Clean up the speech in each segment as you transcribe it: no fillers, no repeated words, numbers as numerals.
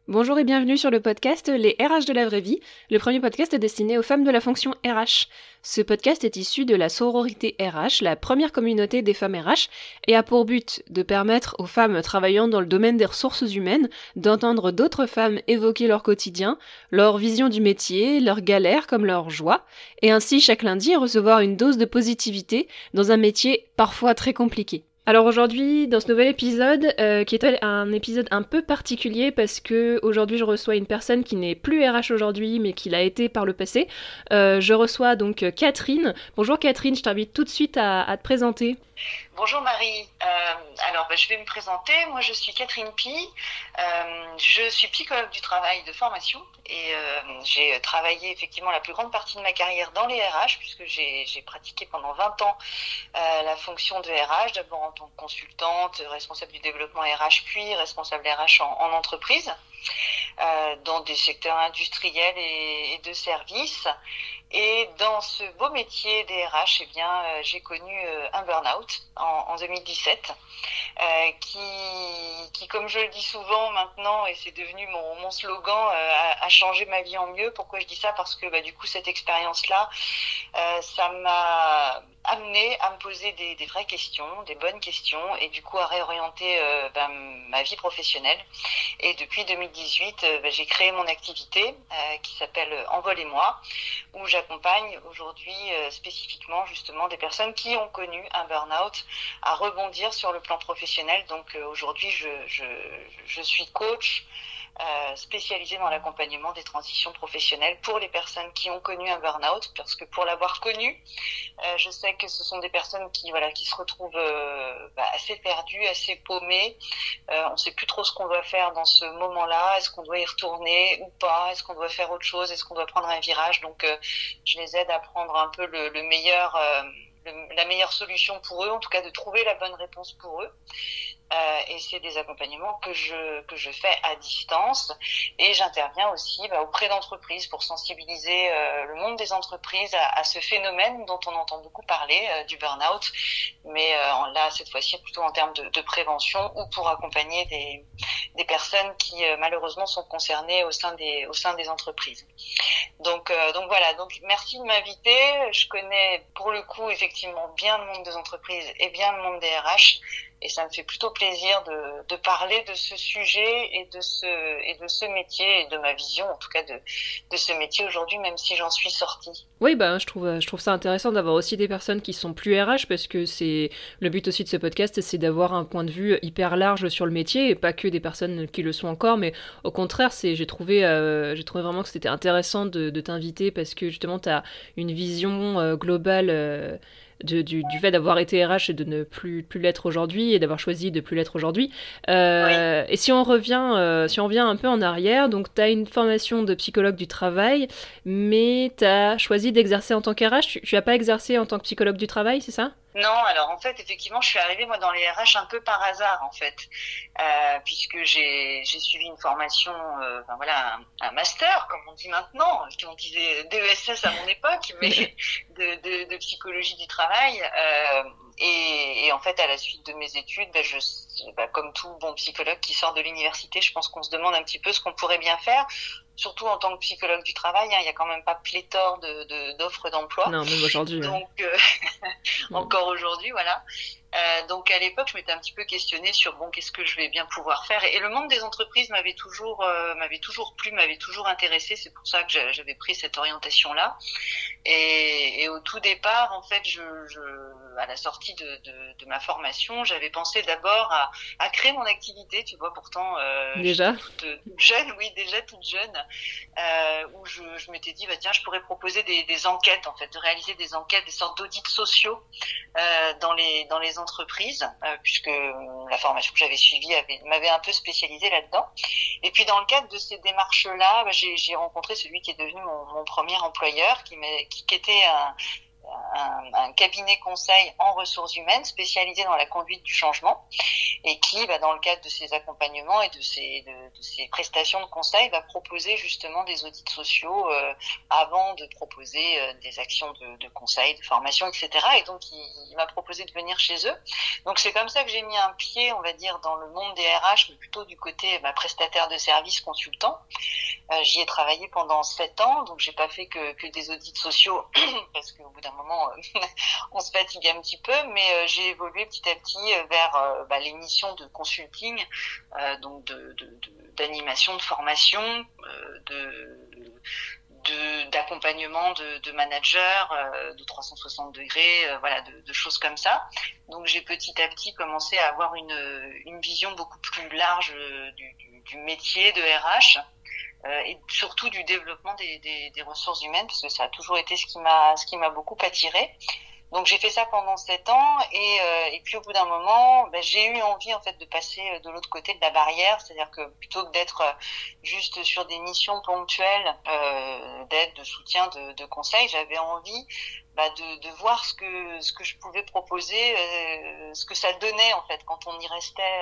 Bonjour et bienvenue sur le podcast Les RH de la vraie vie, le premier podcast destiné aux femmes de la fonction RH. Ce podcast est issu de la sororité RH, la première communauté des femmes RH, et a pour but de permettre aux femmes travaillant dans le domaine des ressources humaines d'entendre d'autres femmes évoquer leur quotidien, leur vision du métier, leurs galères comme leurs joies, et ainsi chaque lundi recevoir une dose de positivité dans un métier parfois très compliqué. Alors aujourd'hui, dans ce nouvel épisode, qui est un épisode un peu particulier parce que aujourd'hui je reçois une personne qui n'est plus RH aujourd'hui mais qui l'a été par le passé. Je reçois donc Catherine. Bonjour Catherine, je t'invite tout de suite à te présenter. Bonjour Marie, je vais me présenter, moi je suis Catherine Pie, je suis psychologue du travail de formation et j'ai travaillé effectivement la plus grande partie de ma carrière dans les RH puisque j'ai pratiqué pendant 20 ans la fonction de RH, d'abord en tant que consultante, responsable du développement RH puis responsable RH en entreprise, dans des secteurs industriels et de services. Et dans ce beau métier des RH, j'ai connu un burn-out en 2017, qui, comme je le dis souvent maintenant, et c'est devenu mon slogan, a changé ma vie en mieux. Pourquoi je dis ça? Parce que du coup, cette expérience-là, ça m'a amené à me poser des vraies questions, des bonnes questions, et du coup à réorienter ma vie professionnelle. Et depuis 2018, j'ai créé mon activité qui s'appelle Envolez-moi, où j'accompagne aujourd'hui spécifiquement justement des personnes qui ont connu un burn-out à rebondir sur le plan professionnel. Donc aujourd'hui, je suis coach spécialisée dans l'accompagnement des transitions professionnelles pour les personnes qui ont connu un burn-out, parce que pour l'avoir connu, je sais que ce sont des personnes qui se retrouvent assez perdues, assez paumées. On ne sait plus trop ce qu'on doit faire dans ce moment-là. Est-ce qu'on doit y retourner ou pas? Est-ce qu'on doit faire autre chose? Est-ce qu'on doit prendre un virage? Donc, je les aide à prendre un peu le meilleur, la meilleure solution pour eux, en tout cas de trouver la bonne réponse pour eux. Et c'est des accompagnements que je fais à distance, et j'interviens aussi auprès d'entreprises pour sensibiliser le monde des entreprises à ce phénomène dont on entend beaucoup parler, du burn-out, mais là cette fois-ci plutôt en termes de prévention, ou pour accompagner des personnes qui malheureusement sont concernées au sein des entreprises. Donc voilà, donc merci de m'inviter. Je connais pour le coup effectivement bien le monde des entreprises et bien le monde des RH. Et ça me fait plutôt plaisir de parler de ce sujet et de ce métier, et de ma vision en tout cas de ce métier aujourd'hui, même si j'en suis sortie. Oui, je trouve ça intéressant d'avoir aussi des personnes qui sont plus RH, parce que c'est le but aussi de ce podcast, c'est d'avoir un point de vue hyper large sur le métier, et pas que des personnes qui le sont encore, mais au contraire, j'ai trouvé vraiment que c'était intéressant de t'inviter, parce que justement tu as une vision globale du fait d'avoir été RH et de ne plus l'être aujourd'hui, et d'avoir choisi de plus l'être aujourd'hui. Oui. Et si on revient un peu en arrière, donc tu as une formation de psychologue du travail, mais tu as choisi d'exercer en tant qu'RH. Tu n'as pas exercé en tant que psychologue du travail, c'est ça? Non, alors en fait, effectivement, je suis arrivée moi dans les RH un peu par hasard en fait, puisque j'ai suivi une formation, un master comme on dit maintenant, qui on disait DESS à mon époque, mais de psychologie du travail. Et en fait, à la suite de mes études, comme tout bon psychologue qui sort de l'université, je pense qu'on se demande un petit peu ce qu'on pourrait bien faire. Surtout en tant que psychologue du travail, il y a quand même pas pléthore d'offres d'emploi. Non, même aujourd'hui. Donc, encore aujourd'hui, voilà. Donc à l'époque, je m'étais un petit peu questionnée sur qu'est-ce que je vais bien pouvoir faire. Et le monde des entreprises m'avait toujours plu, m'avait toujours intéressée. C'est pour ça que j'avais pris cette orientation-là. Et au tout départ, en fait, à la sortie de ma formation, j'avais pensé d'abord à créer mon activité. Tu vois, pourtant, déjà toute jeune, oui, déjà toute jeune, où je m'étais dit, tiens, je pourrais proposer des enquêtes, en fait, de réaliser des enquêtes, des sortes d'audits sociaux dans les entreprises, puisque la formation que j'avais suivie m'avait un peu spécialisée là-dedans. Et puis dans le cadre de ces démarches-là, j'ai rencontré celui qui est devenu mon premier employeur, qui était un cabinet conseil en ressources humaines spécialisé dans la conduite du changement et qui, dans le cadre de ses accompagnements et de ses prestations de conseil, va proposer justement des audits sociaux avant de proposer des actions de conseil, de formation, etc. Et donc, il m'a proposé de venir chez eux. Donc, c'est comme ça que j'ai mis un pied, on va dire, dans le monde des RH, mais plutôt du côté prestataire de services consultant. J'y ai travaillé pendant 7 ans, donc j'ai pas fait que des audits sociaux parce qu'au bout d'un moment on se fatigue un petit peu, mais j'ai évolué petit à petit vers les missions de consulting, donc d'animation, de formation, d'accompagnement de managers, de 360 degrés, de choses comme ça. Donc j'ai petit à petit commencé à avoir une vision beaucoup plus large du métier de RH. Et surtout du développement des ressources humaines, parce que ça a toujours été ce qui m'a beaucoup attirée. Donc j'ai fait ça pendant 7 ans et puis au bout d'un moment, j'ai eu envie en fait de passer de l'autre côté de la barrière, c'est-à-dire que plutôt que d'être juste sur des missions ponctuelles d'aide, de soutien, de conseil, j'avais envie de voir ce que je pouvais proposer, ce que ça donnait en fait quand on y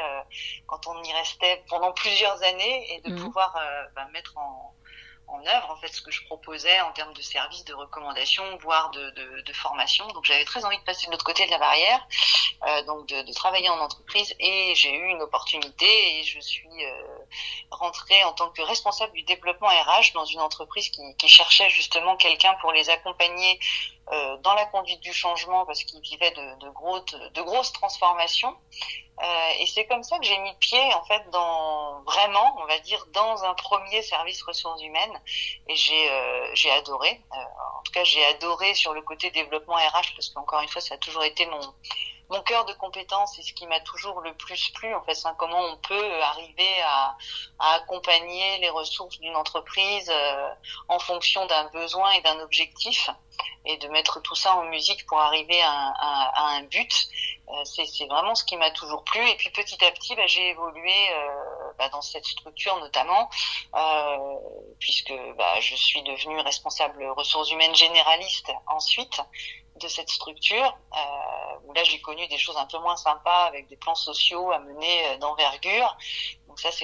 restait pendant plusieurs années et de pouvoir mettre en œuvre en fait ce que je proposais en termes de services, de recommandations, voire de formation. Donc j'avais très envie de passer de l'autre côté de la barrière, donc de travailler en entreprise, et j'ai eu une opportunité et je suis rentrée en tant que responsable du développement RH dans une entreprise qui cherchait justement quelqu'un pour les accompagner dans la conduite du changement parce qu'ils vivaient de grosses transformations. Et c'est comme ça que j'ai mis le pied en fait vraiment, on va dire, dans un premier service ressources humaines, et j'ai adoré. En tout cas, j'ai adoré sur le côté développement RH parce qu'encore une fois, ça a toujours été mon cœur de compétence et ce qui m'a toujours le plus plu, en fait, c'est comment on peut arriver à accompagner les ressources d'une entreprise en fonction d'un besoin et d'un objectif, et de mettre tout ça en musique pour arriver à un but. C'est vraiment ce qui m'a toujours plu. Et puis petit à petit, j'ai évolué dans cette structure notamment, puisque je suis devenue responsable ressources humaines généraliste ensuite de cette structure, où là j'ai connu des choses un peu moins sympas avec des plans sociaux à mener d'envergure. Donc ça c'est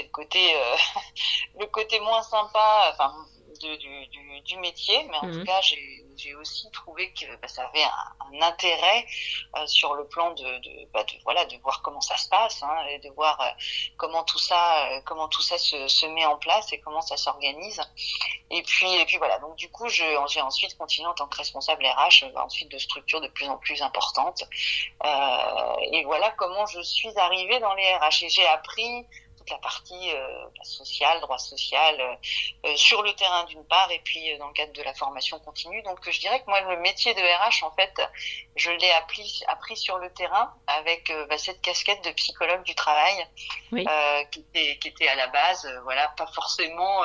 le côté moins sympa, du métier, mais en tout cas j'ai aussi trouvé que ça avait un intérêt sur le plan de voir comment ça se passe, et de voir comment tout ça se met en place et comment ça s'organise. Et puis voilà, donc du coup j'ai ensuite continué en tant que responsable RH, ensuite de structures de plus en plus importantes, et voilà comment je suis arrivée dans les RH. Et j'ai appris toute la partie sociale, droit social, sur le terrain d'une part, et puis dans le cadre de la formation continue. Donc je dirais que moi le métier de RH en fait, je l'ai appris sur le terrain avec cette casquette de psychologue du travail, oui. qui était à la base pas forcément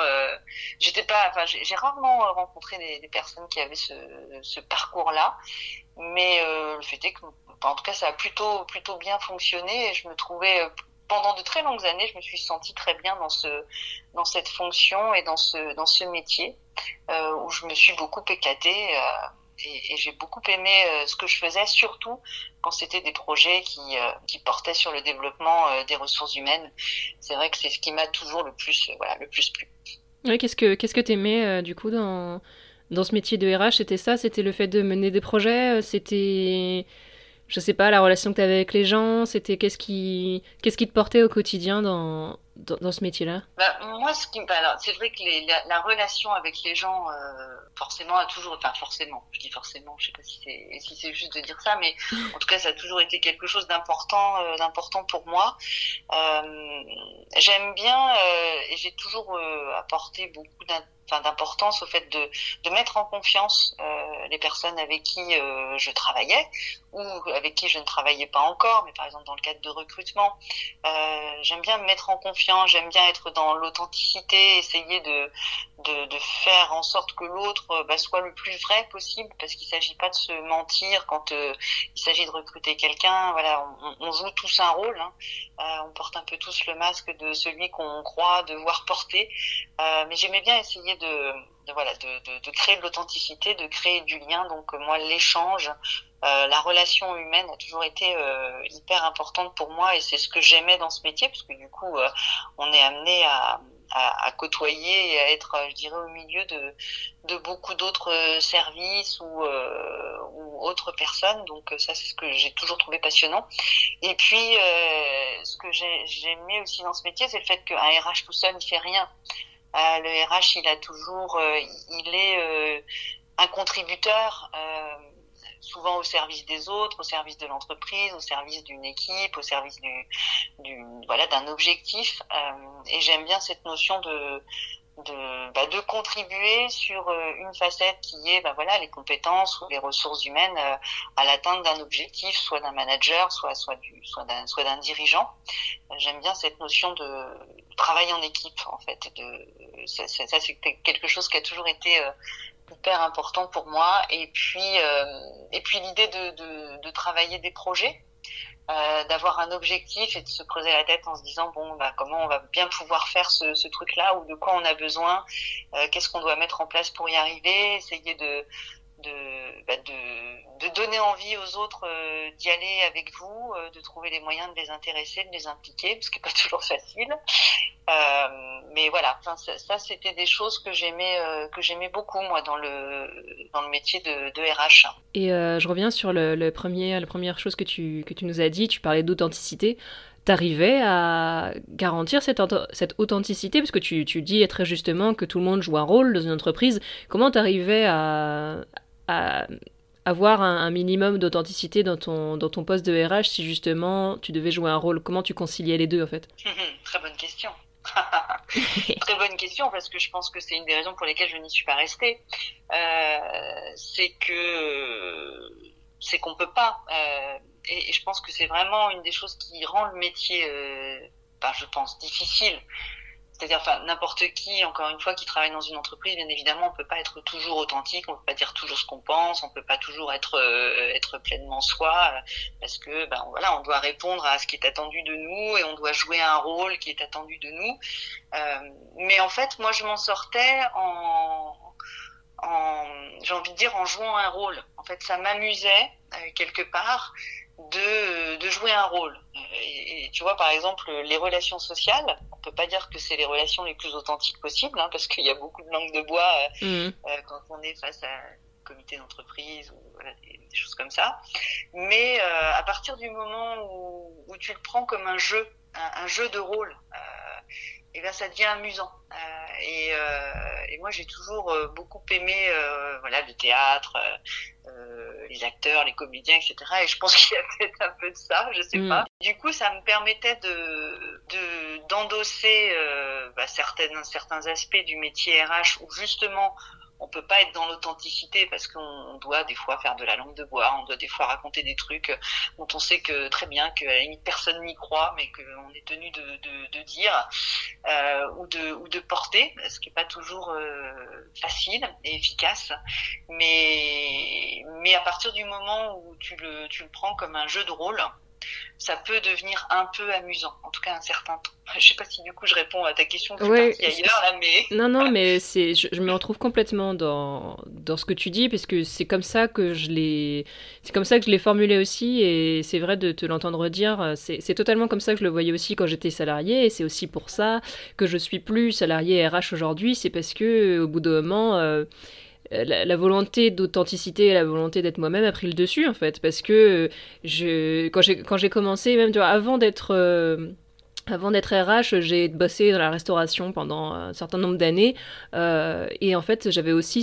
j'ai rarement rencontré des personnes qui avaient ce parcours-là, mais le fait est que en tout cas ça a plutôt bien fonctionné, et je me trouvais pendant de très longues années, je me suis sentie très bien dans cette fonction et dans ce métier, où je me suis beaucoup éclatée, et j'ai beaucoup aimé ce que je faisais, surtout quand c'était des projets qui portaient sur le développement des ressources humaines. C'est vrai que c'est ce qui m'a toujours le plus plu. Oui, qu'est-ce que t'aimais du coup dans ce métier de RH? C'était le fait de mener des projets, c'était, je sais pas, la relation que tu avais avec les gens, c'était qu'est-ce qui te portait au quotidien dans ce métier-là? Moi, c'est vrai que la relation avec les gens, forcément, a toujours, forcément, je dis forcément, je sais pas si c'est juste de dire ça, mais en tout cas, ça a toujours été quelque chose d'important pour moi. J'aime bien, et j'ai toujours apporté beaucoup d'importance au fait de mettre en confiance les personnes avec qui je travaillais, ou avec qui je ne travaillais pas encore, mais par exemple dans le cadre de recrutement. J'aime bien me mettre en confiance, j'aime bien être dans l'authenticité, essayer de faire en sorte que l'autre soit le plus vrai possible, parce qu'il s'agit pas de se mentir quand il s'agit de recruter quelqu'un. Voilà, on joue tous un rôle, on porte un peu tous le masque de celui qu'on croit devoir porter, mais j'aimais bien essayer de créer de l'authenticité, de créer du lien. Donc moi, l'échange, la relation humaine a toujours été hyper importante pour moi, et c'est ce que j'aimais dans ce métier, parce que du coup, on est amené à côtoyer et à être, je dirais, au milieu de beaucoup d'autres services ou autres personnes. Donc ça, c'est ce que j'ai toujours trouvé passionnant. Et puis, ce que j'aimais aussi dans ce métier, c'est le fait qu'un RH tout seul, il fait rien. Le RH, il est un contributeur, souvent au service des autres, au service de l'entreprise, au service d'une équipe, au service d'un objectif. Et j'aime bien cette notion de contribuer sur une facette qui est les compétences ou les ressources humaines à l'atteinte d'un objectif, soit d'un manager, soit d'un dirigeant. J'aime bien cette notion de travail en équipe, en fait. Ça c'est quelque chose qui a toujours été hyper important pour moi. Et puis l'idée de travailler des projets, d'avoir un objectif et de se creuser la tête en se disant comment on va bien pouvoir faire ce truc-là, ou de quoi on a besoin, qu'est-ce qu'on doit mettre en place pour y arriver, essayer de donner envie aux autres d'y aller avec vous, de trouver les moyens de les intéresser, de les impliquer, ce qui n'est pas toujours facile. Mais voilà, ça c'était des choses que j'aimais beaucoup, moi, dans le métier de RH. Et je reviens sur la première chose que tu nous as dit. Tu parlais d'authenticité. T'arrivais à garantir cette authenticité, parce que tu dis très justement que tout le monde joue un rôle dans une entreprise. Comment t'arrivais à avoir un minimum d'authenticité dans ton poste de RH, si justement tu devais jouer un rôle? Comment tu conciliais les deux, en fait? Très bonne question. Très bonne question, parce que je pense que c'est une des raisons pour lesquelles je n'y suis pas restée. C'est qu'on peut pas, et je pense que c'est vraiment une des choses qui rend le métier, je pense, difficile. C'est-à-dire, n'importe qui, encore une fois, qui travaille dans une entreprise, bien évidemment, on peut pas être toujours authentique, on peut pas dire toujours ce qu'on pense, on peut pas toujours être pleinement soi, parce que, on doit répondre à ce qui est attendu de nous, et on doit jouer un rôle qui est attendu de nous. Mais en fait, moi, je m'en sortais j'ai envie de dire, en jouant un rôle. En fait, ça m'amusait, quelque part, de jouer un rôle. Et tu vois, par exemple, les relations sociales, on peut pas dire que c'est les relations les plus authentiques possibles, parce qu'il y a beaucoup de langue de bois quand on est face à un comité d'entreprise ou des choses comme ça. Mais à partir du moment où tu le prends comme un jeu de rôle, ça devient amusant. Et moi, j'ai toujours beaucoup aimé le théâtre, les acteurs, les comédiens, etc. Et je pense qu'il y a peut-être un peu de ça, je sais pas. Du coup, ça me permettait d'endosser certains aspects du métier RH, où justement on peut pas être dans l'authenticité, parce qu'on doit des fois faire de la langue de bois, on doit des fois raconter des trucs dont on sait que très bien qu'à la limite personne n'y croit, mais qu'on est tenu de dire ou de porter, ce qui est pas toujours facile et efficace. Mais à partir du moment où tu le prends comme un jeu de rôle, ça peut devenir un peu amusant, en tout cas un certain temps. Je sais pas si du coup je réponds à ta question, je suis partie ailleurs là, mais... Non, mais je me retrouve complètement dans ce que tu dis, parce que c'est comme ça que je l'ai formulé aussi, et c'est vrai de te l'entendre dire, c'est totalement comme ça que je le voyais aussi quand j'étais salariée, et c'est aussi pour ça que je suis plus salariée RH aujourd'hui. C'est parce que au bout d'un moment... La volonté d'authenticité et la volonté d'être moi-même a pris le dessus, en fait, parce que quand j'ai commencé, même avant d'être RH, j'ai bossé dans la restauration pendant un certain nombre d'années, et en fait j'avais aussi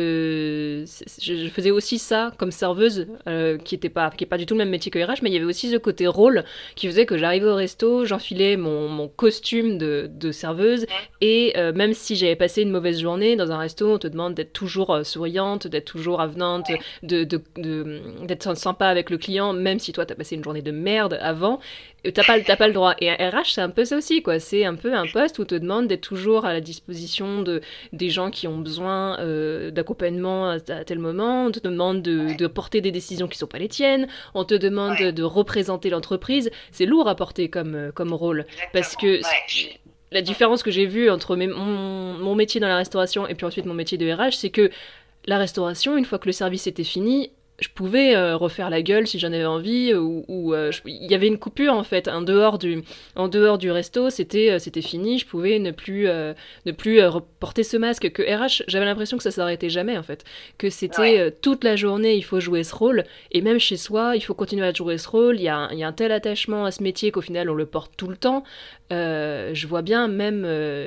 je faisais aussi ça comme serveuse, qui est pas du tout le même métier que RH, mais il y avait aussi ce côté rôle qui faisait que j'arrivais au resto, j'enfilais mon costume de serveuse, et même si j'avais passé une mauvaise journée dans un resto, on te demande d'être toujours souriante, d'être toujours avenante, d'être sympa avec le client, même si toi t'as passé une journée de merde avant. T'as pas le droit. Et RH, c'est un peu ça aussi, quoi. C'est un peu un poste où on te demande d'être toujours à la disposition des gens qui ont besoin d'accompagnement à tel moment. On te demande de porter des décisions qui sont pas les tiennes. On te demande de représenter l'entreprise. C'est lourd à porter comme rôle. Exactement. Parce que la différence que j'ai vue entre mon métier dans la restauration et puis ensuite mon métier de RH, c'est que la restauration, une fois que le service était fini, je pouvais refaire la gueule si j'en avais envie, il y avait une coupure en fait, en dehors du resto, c'était fini, je pouvais ne plus porter ce masque. Que RH, j'avais l'impression que ça s'arrêtait jamais en fait, que c'était toute la journée il faut jouer ce rôle, et même chez soi il faut continuer à jouer ce rôle, il y a un tel attachement à ce métier qu'au final on le porte tout le temps. Je le vois bien même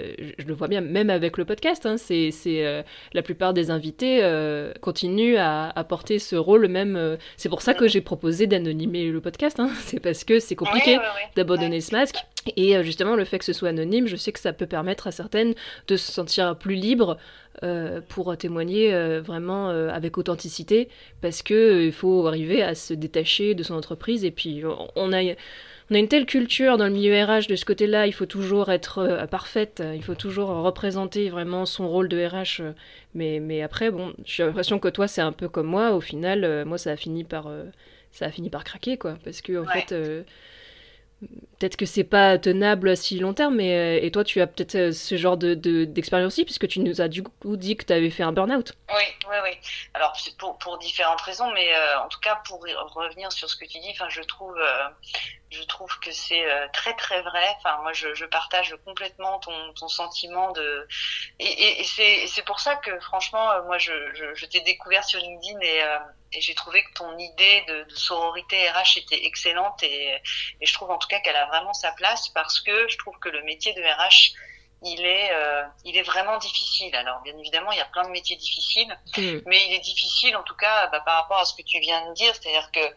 avec le podcast, hein, la plupart des invités continuent à porter ce rôle même. C'est pour ça que j'ai proposé d'anonymer le podcast, hein. C'est parce que c'est compliqué d'abandonner ce masque. Et justement, le fait que ce soit anonyme, je sais que ça peut permettre à certaines de se sentir plus libres pour témoigner vraiment avec authenticité, parce que il faut arriver à se détacher de son entreprise. Et puis, on a une telle culture dans le milieu RH de ce côté-là, il faut toujours être parfaite, il faut toujours représenter vraiment son rôle de RH. Mais après, bon, j'ai l'impression que toi, c'est un peu comme moi. Au final, moi, ça a fini par craquer, quoi. Parce que, en fait, peut-être que c'est pas tenable à si long terme, mais et toi, tu as peut-être ce genre d'expérience aussi, puisque tu nous as du coup dit que tu avais fait un burn-out. Oui. Alors, c'est pour différentes raisons, mais en tout cas, pour revenir sur ce que tu dis, je trouve que c'est très très vrai. Enfin, moi, je partage complètement ton sentiment et c'est pour ça que franchement, moi, je t'ai découvert sur LinkedIn et j'ai trouvé que ton idée de sororité RH était excellente et je trouve en tout cas qu'elle a vraiment sa place, parce que je trouve que le métier de RH, il est vraiment difficile. Alors bien évidemment, il y a plein de métiers difficiles, mais il est difficile en tout cas par rapport à ce que tu viens de dire, c'est-à-dire que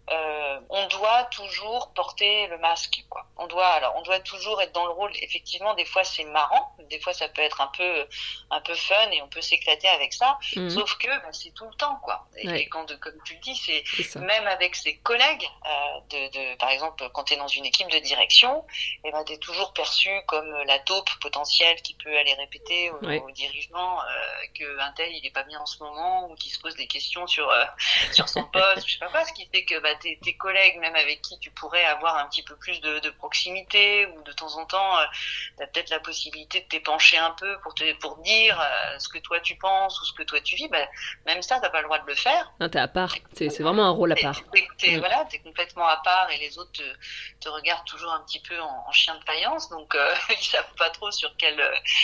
on doit toujours porter le masque, quoi. On doit toujours être dans le rôle. Effectivement, des fois c'est marrant, des fois ça peut être un peu fun et on peut s'éclater avec ça. Sauf que c'est tout le temps, quoi. Et comme tu le dis, c'est ça. Même avec ses collègues, par exemple, quand t'es dans une équipe de direction, et t'es toujours perçu comme la taupe potentielle qui peut aller répéter aux dirigeants que un tel il est pas bien en ce moment, ou qui se pose des questions sur son poste, je sais pas quoi, ce qui fait que tes collègues, même avec qui tu pourrais avoir un petit peu plus de proximité, ou de temps en temps t'as peut-être la possibilité de t'épancher un peu pour dire ce que toi tu penses ou ce que toi tu vis, même ça t'as pas le droit de le faire. Non, t'es à part, c'est vraiment un rôle à part. T'es complètement à part, et les autres te regardent toujours un petit peu en chien de faïence, donc ils savent pas trop sur quel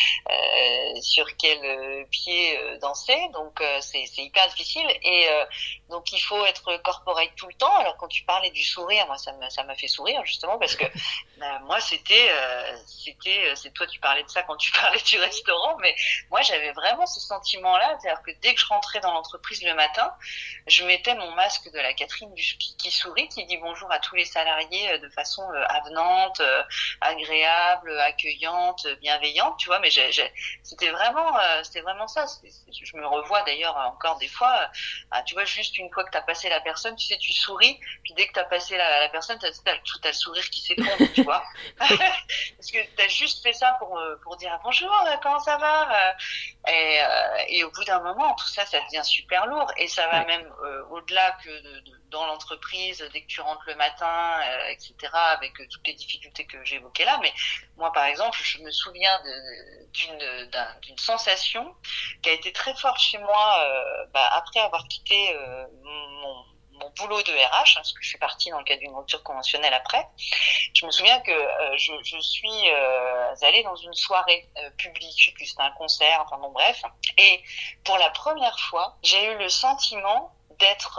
pied danser, donc c'est hyper difficile, et donc il faut être corporate tout le temps. Alors quand tu parlais du sourire, moi ça m'a fait sourire, justement, parce que moi c'est toi, tu parlais de ça quand tu parlais du restaurant, mais moi j'avais vraiment ce sentiment-là, c'est-à-dire que dès que je rentrais dans l'entreprise le matin, je mettais mon masque de la Catherine qui sourit, qui dit bonjour à tous les salariés de façon avenante, agréable, accueillante, bienveillante, tu vois. Mais c'était vraiment ça. Je me revois d'ailleurs encore des fois, tu vois, juste une fois que t'as passé la personne, tu sais, tu souris, puis dès que t'as passé la personne, t'as le sourire qui s'effondre, tu vois. Parce que t'as juste fait ça pour dire bonjour, comment ça va, et au bout d'un moment, tout ça devient super lourd, et ça va même au-delà que dans l'entreprise, dès que tu rentres le matin, etc., avec toutes les difficultés que j'évoquais là. Mais moi, par exemple, je me souviens d'une sensation qui a été très forte chez moi après avoir quitté mon boulot de RH, parce que je suis partie dans le cadre d'une rupture conventionnelle après. Je me souviens que je suis allée dans une soirée publique, je sais plus, c'était un concert, enfin bon bref, et pour la première fois, j'ai eu le sentiment d'être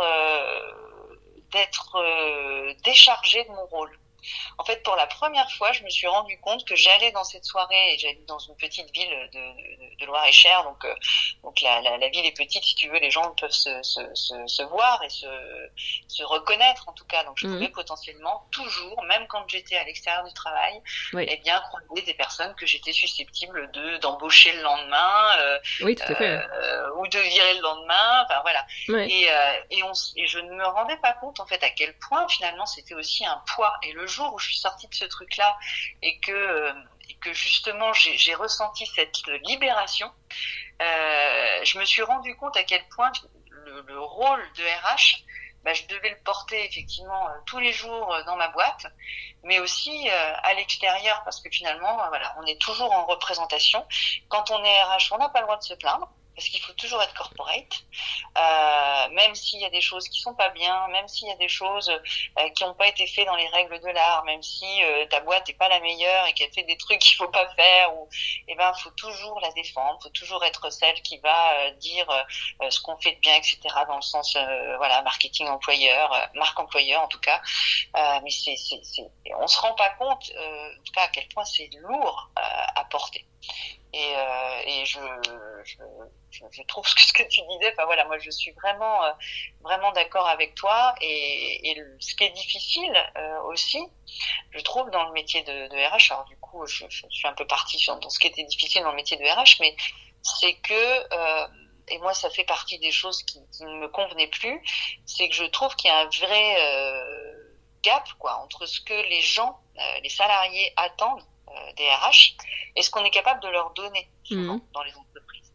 déchargée de mon rôle. En fait, pour la première fois, je me suis rendu compte que j'allais dans cette soirée, et j'habite dans une petite ville de Loir-et-Cher, donc la ville est petite, si tu veux, les gens peuvent se voir et se reconnaître, en tout cas. Donc je pouvais potentiellement toujours, même quand j'étais à l'extérieur du travail, eh bien croiser des personnes que j'étais susceptible d'embaucher le lendemain, tout à fait. ou de virer le lendemain, enfin voilà. Ouais. Et je ne me rendais pas compte, en fait, à quel point finalement c'était aussi un poids. Et le jour où je suis sortie de ce truc-là, et que justement j'ai ressenti cette libération, je me suis rendu compte à quel point le rôle de RH je devais le porter effectivement tous les jours dans ma boîte, mais aussi à l'extérieur, parce que finalement, voilà, on est toujours en représentation. Quand on est RH, on n'a pas le droit de se plaindre, parce qu'il faut toujours être corporate, même s'il y a des choses qui sont pas bien, même s'il y a des choses qui n'ont pas été faites dans les règles de l'art, même si ta boîte est pas la meilleure et qu'elle fait des trucs qu'il faut pas faire, ou faut toujours la défendre, faut toujours être celle qui va dire ce qu'on fait de bien, etc. Dans le sens marketing employeur, marque employeur en tout cas. Mais on se rend pas compte en tout cas à quel point c'est lourd à porter. Et je trouve ce que tu disais, moi je suis vraiment d'accord avec toi, et ce qui est difficile aussi, je trouve, dans le métier de RH, alors du coup je suis un peu partie dans ce qui était difficile dans le métier de RH, mais c'est que et moi ça fait partie des choses qui ne me convenaient plus, c'est que je trouve qu'il y a un vrai gap entre ce que les gens, les salariés attendent des RH et ce qu'on est capable de leur donner souvent dans les entreprises.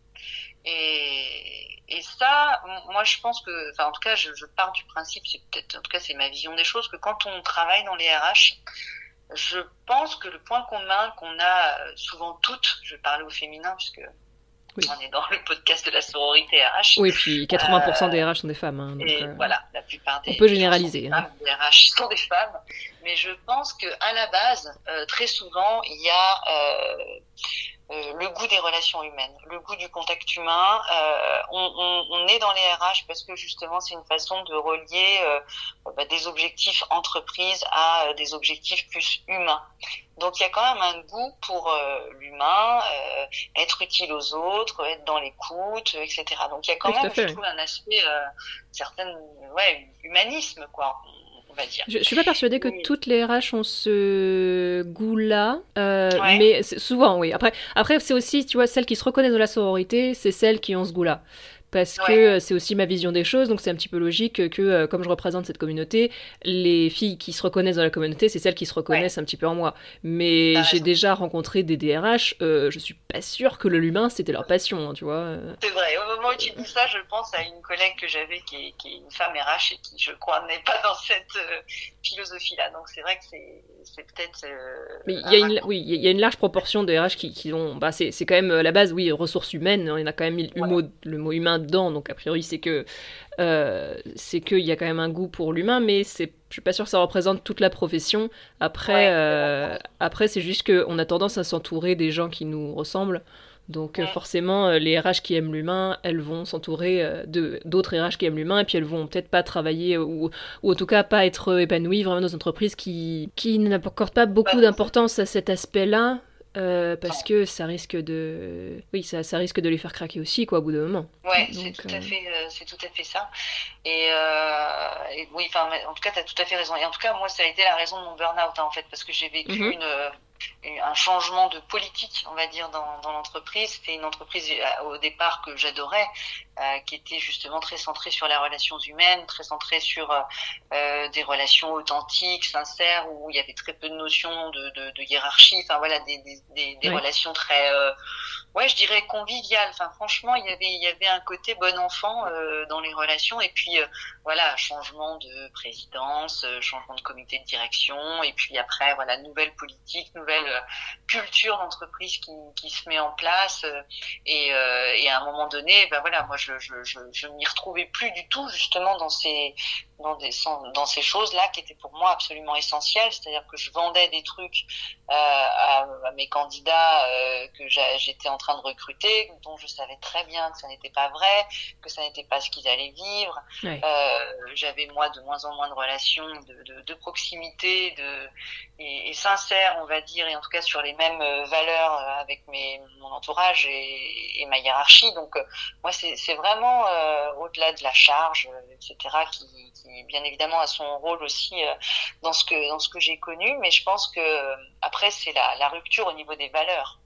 Et ça, moi je pense que, en tout cas je pars du principe, c'est ma vision des choses, que quand on travaille dans les RH, je pense que le point commun qu'on a souvent toutes, je vais parler au féminin puisque on est dans le podcast de la sororité RH. Oui, puis 80% des RH sont des femmes. Hein, donc, et voilà, la plupart des on peut généraliser. Femmes, des RH sont des femmes. Mais je pense qu'à la base, très souvent, il y a le goût des relations humaines, le goût du contact humain. On est dans les RH parce que justement, c'est une façon de relier des objectifs entreprises à des objectifs plus humains. Donc il y a quand même un goût pour l'humain, être utile aux autres, être dans l'écoute, etc. Donc il y a quand même, je trouve, un aspect certain humanisme, on va dire. Je suis pas persuadée que toutes les RH ont ce goût-là, mais souvent, oui. Après, c'est aussi, tu vois, celles qui se reconnaissent dans la sororité, c'est celles qui ont ce goût-là. Parce que c'est aussi ma vision des choses, donc c'est un petit peu logique que, comme je représente cette communauté, les filles qui se reconnaissent dans la communauté, c'est celles qui se reconnaissent un petit peu en moi. Mais j'ai déjà rencontré des DRH, je suis pas sûre que l'humain, c'était leur passion, hein, tu vois. C'est vrai, au moment où tu dis ça, je pense à une collègue que j'avais qui est une femme RH et qui, je crois, n'est pas dans cette philosophie-là. Donc c'est vrai que c'est peut-être... Mais il y a une large proportion de RH qui ont... c'est quand même la base, ressources humaines, il y en a quand même mis le mot humain dedans, donc a priori c'est qu'il y a quand même un goût pour l'humain, mais je suis pas sûre que ça représente toute la profession. Après c'est juste qu'on a tendance à s'entourer des gens qui nous ressemblent, donc forcément les RH qui aiment l'humain, elles vont s'entourer d'autres RH qui aiment l'humain, et puis elles vont peut-être pas travailler ou en tout cas pas être épanouies vraiment dans une entreprise qui n'accorde pas beaucoup d'importance à cet aspect-là. Parce que ça risque de les faire craquer aussi, au bout d'un moment. Ouais, c'est tout à fait ça. Et oui, en tout cas, tu as tout à fait raison. Et en tout cas, moi, ça a été la raison de mon burn-out, en fait, parce que j'ai vécu un changement de politique, on va dire, dans l'entreprise. C'était une entreprise au départ que j'adorais, qui était justement très centrée sur les relations humaines, très centrée sur des relations authentiques, sincères, où il y avait très peu de notions de hiérarchie. Des relations très je dirais conviviales. Franchement, il y avait un côté bon enfant dans les relations, et puis changement de présidence, changement de comité de direction, et puis après nouvelle politique, nouvelle culture d'entreprise qui se met en place, et à un moment donné moi je m'y retrouvais plus du tout, justement dans ces choses-là qui étaient pour moi absolument essentielles. C'est-à-dire que je vendais des trucs à mes candidats que j'étais en train de recruter, dont je savais très bien que ça n'était pas vrai, que ça n'était pas ce qu'ils allaient vivre. J'avais moi de moins en moins de relations de proximité et sincères, on va dire, et en tout cas sur les mêmes valeurs avec mon entourage et ma hiérarchie. Donc moi c'est vraiment au-delà de la charge, etc., qui bien évidemment a son rôle aussi dans ce que j'ai connu, mais je pense que après c'est la rupture au niveau des valeurs.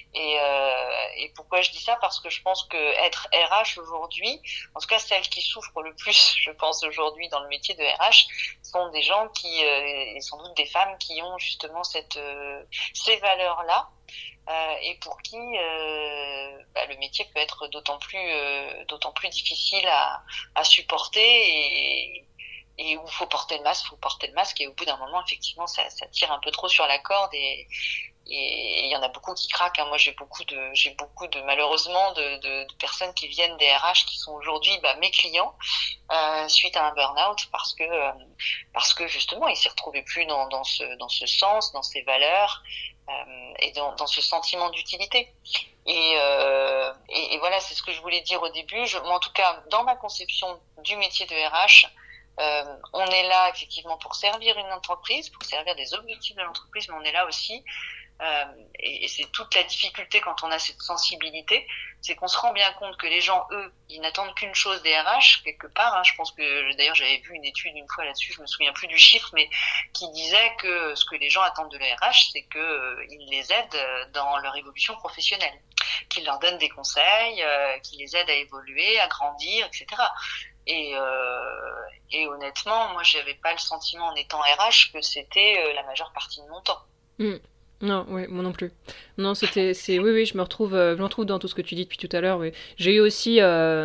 Et pourquoi je dis ça? Parce que je pense que être RH aujourd'hui, en tout cas celles qui souffrent le plus, je pense aujourd'hui dans le métier de RH, sont des gens et sans doute des femmes qui ont justement ces valeurs-là. Et pour qui le métier peut être d'autant plus difficile à supporter, et où faut porter le masque, et au bout d'un moment, effectivement, ça tire un peu trop sur la corde, et il y en a beaucoup qui craquent, hein. Moi, j'ai beaucoup de malheureusement de personnes qui viennent des RH qui sont aujourd'hui mes clients suite à un burn-out, parce que justement, ils s'y retrouvaient plus dans ce sens, dans ces valeurs, et dans ce sentiment d'utilité. Et voilà, c'est ce que je voulais dire au début. Moi, en tout cas, dans ma conception du métier de RH, on est là effectivement pour servir une entreprise, pour servir des objectifs de l'entreprise, mais on est là aussi, et c'est toute la difficulté quand on a cette sensibilité, c'est qu'on se rend bien compte que les gens, eux, ils n'attendent qu'une chose des RH, quelque part, hein. Je pense que, d'ailleurs, j'avais vu une étude une fois là-dessus, je me souviens plus du chiffre, mais qui disait que ce que les gens attendent de la RH, c'est qu'ils les aident dans leur évolution professionnelle, qu'ils leur donnent des conseils, qu'ils les aident à évoluer, à grandir, etc. Et honnêtement, moi, j'avais pas le sentiment en étant RH que c'était la majeure partie de mon temps. Mm. Non, ouais, moi non plus. Non, oui, je me retrouve dans tout ce que tu dis depuis tout à l'heure. Oui. J'ai eu aussi,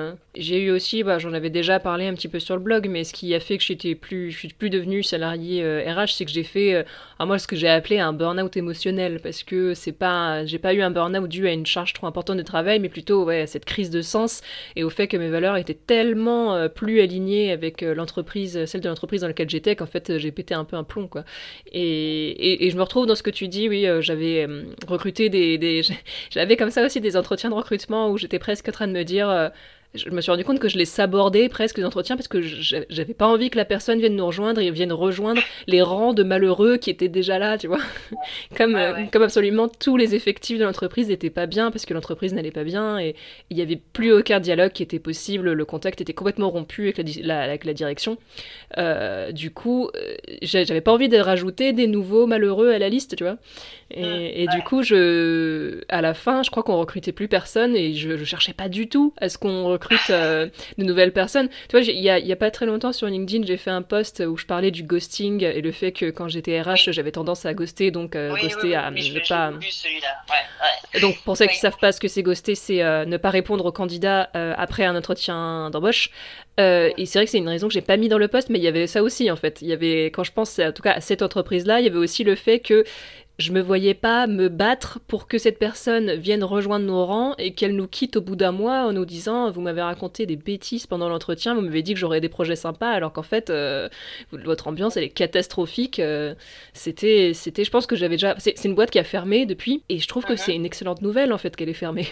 j'en avais déjà parlé un petit peu sur le blog, mais ce qui a fait que je suis plus devenue salariée RH, c'est que j'ai fait, moi, ce que j'ai appelé un burn-out émotionnel, parce que j'ai pas eu un burn-out dû à une charge trop importante de travail, mais plutôt, ouais, à cette crise de sens et au fait que mes valeurs étaient tellement plus alignées avec celle de l'entreprise dans laquelle j'étais, qu'en fait, j'ai pété un peu un plomb, quoi. Et je me retrouve dans ce que tu dis, oui, j'avais recruté j'avais comme ça aussi des entretiens de recrutement où j'étais presque en train de me dire, je me suis rendu compte que je les sabordais presque les entretiens parce que j'avais pas envie que la personne vienne nous rejoindre et vienne rejoindre les rangs de malheureux qui étaient déjà là, tu vois. Comme absolument tous les effectifs de l'entreprise n'étaient pas bien parce que l'entreprise n'allait pas bien et il y avait plus aucun dialogue qui était possible, le contact était complètement rompu avec la direction. Du coup, j'avais pas envie de rajouter des nouveaux malheureux à la liste, tu vois. Du coup, à la fin, je crois qu'on recrutait plus personne et je cherchais pas du tout à ce qu'on recrute de nouvelles personnes. Tu vois, il y a pas très longtemps sur LinkedIn, j'ai fait un post où je parlais du ghosting et le fait que quand j'étais RH, j'avais tendance à ghoster, donc ghoster à ne pas... Vu celui-là. Ouais. Donc pour ceux qui savent pas ce que c'est ghoster, c'est ne pas répondre aux candidats après un entretien d'embauche. Et c'est vrai que c'est une raison que j'ai pas mis dans le post, mais il y avait ça aussi en fait. Il y avait, quand je pense en tout cas à cette entreprise-là, il y avait aussi le fait que je me voyais pas me battre pour que cette personne vienne rejoindre nos rangs et qu'elle nous quitte au bout d'un mois en nous disant vous m'avez raconté des bêtises pendant l'entretien, vous m'avez dit que j'aurais des projets sympas alors qu'en fait votre ambiance elle est catastrophique. Je pense que j'avais déjà... C'est une boîte qui a fermé depuis et je trouve que c'est une excellente nouvelle en fait qu'elle ait fermé.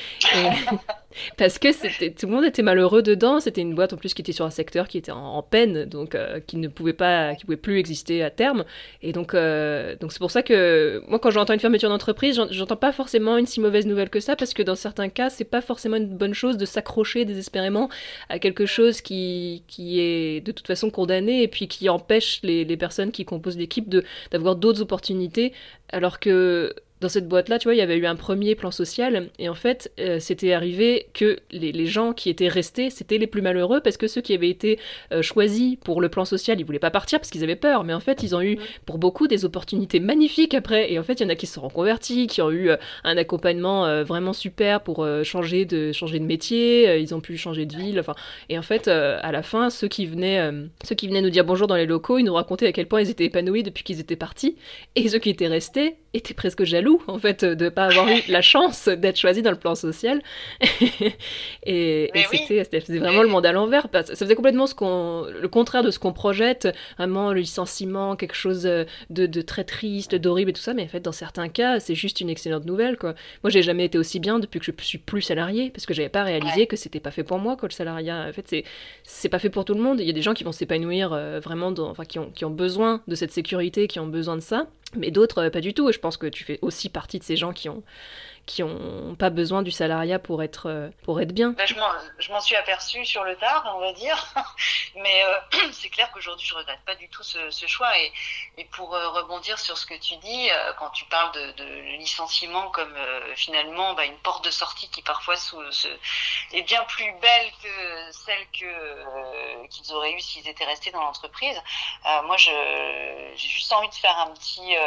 Parce que tout le monde était malheureux dedans, c'était une boîte en plus qui était sur un secteur qui était en peine, donc qui pouvait plus exister à terme. Et donc c'est pour ça que moi quand j'entends une fermeture d'entreprise, j'entends pas forcément une si mauvaise nouvelle que ça, parce que dans certains cas, c'est pas forcément une bonne chose de s'accrocher désespérément à quelque chose qui est de toute façon condamné et puis qui empêche les personnes qui composent l'équipe d'avoir d'autres opportunités, alors que dans cette boîte-là, tu vois, il y avait eu un premier plan social, et en fait, c'était arrivé que les gens qui étaient restés, c'était les plus malheureux, parce que ceux qui avaient été choisis pour le plan social, ils voulaient pas partir parce qu'ils avaient peur, mais en fait, ils ont eu, pour beaucoup, des opportunités magnifiques après, et en fait, il y en a qui se sont reconvertis, qui ont eu un accompagnement vraiment super pour changer de métier, ils ont pu changer de ville, enfin, et en fait, à la fin, ceux qui venaient nous dire bonjour dans les locaux, ils nous racontaient à quel point ils étaient épanouis depuis qu'ils étaient partis, et ceux qui étaient restés étaient presque jaloux en fait de pas avoir eu la chance d'être choisi dans le plan social et c'était vraiment le monde à l'envers. Ça faisait complètement le contraire de ce qu'on projette, vraiment le licenciement, quelque chose de très triste, d'horrible et tout ça, mais en fait dans certains cas c'est juste une excellente nouvelle, quoi. Moi j'ai jamais été aussi bien depuis que je suis plus salariée, parce que j'avais pas réalisé que c'était pas fait pour moi, quoi, le salariat. En fait c'est pas fait pour tout le monde. Il y a des gens qui vont s'épanouir vraiment qui ont besoin de cette sécurité, qui ont besoin de ça, mais d'autres pas du tout. Et je pense que tu fais aussi partie de ces gens qui ont pas besoin du salariat pour être bien. Je m'en suis aperçue sur le tard, on va dire, mais c'est clair qu'aujourd'hui je regrette pas du tout ce choix, et pour rebondir sur ce que tu dis, quand tu parles de licenciement comme finalement une porte de sortie qui parfois est bien plus belle que celle qu'ils auraient eue s'ils étaient restés dans l'entreprise, moi j'ai juste envie de faire un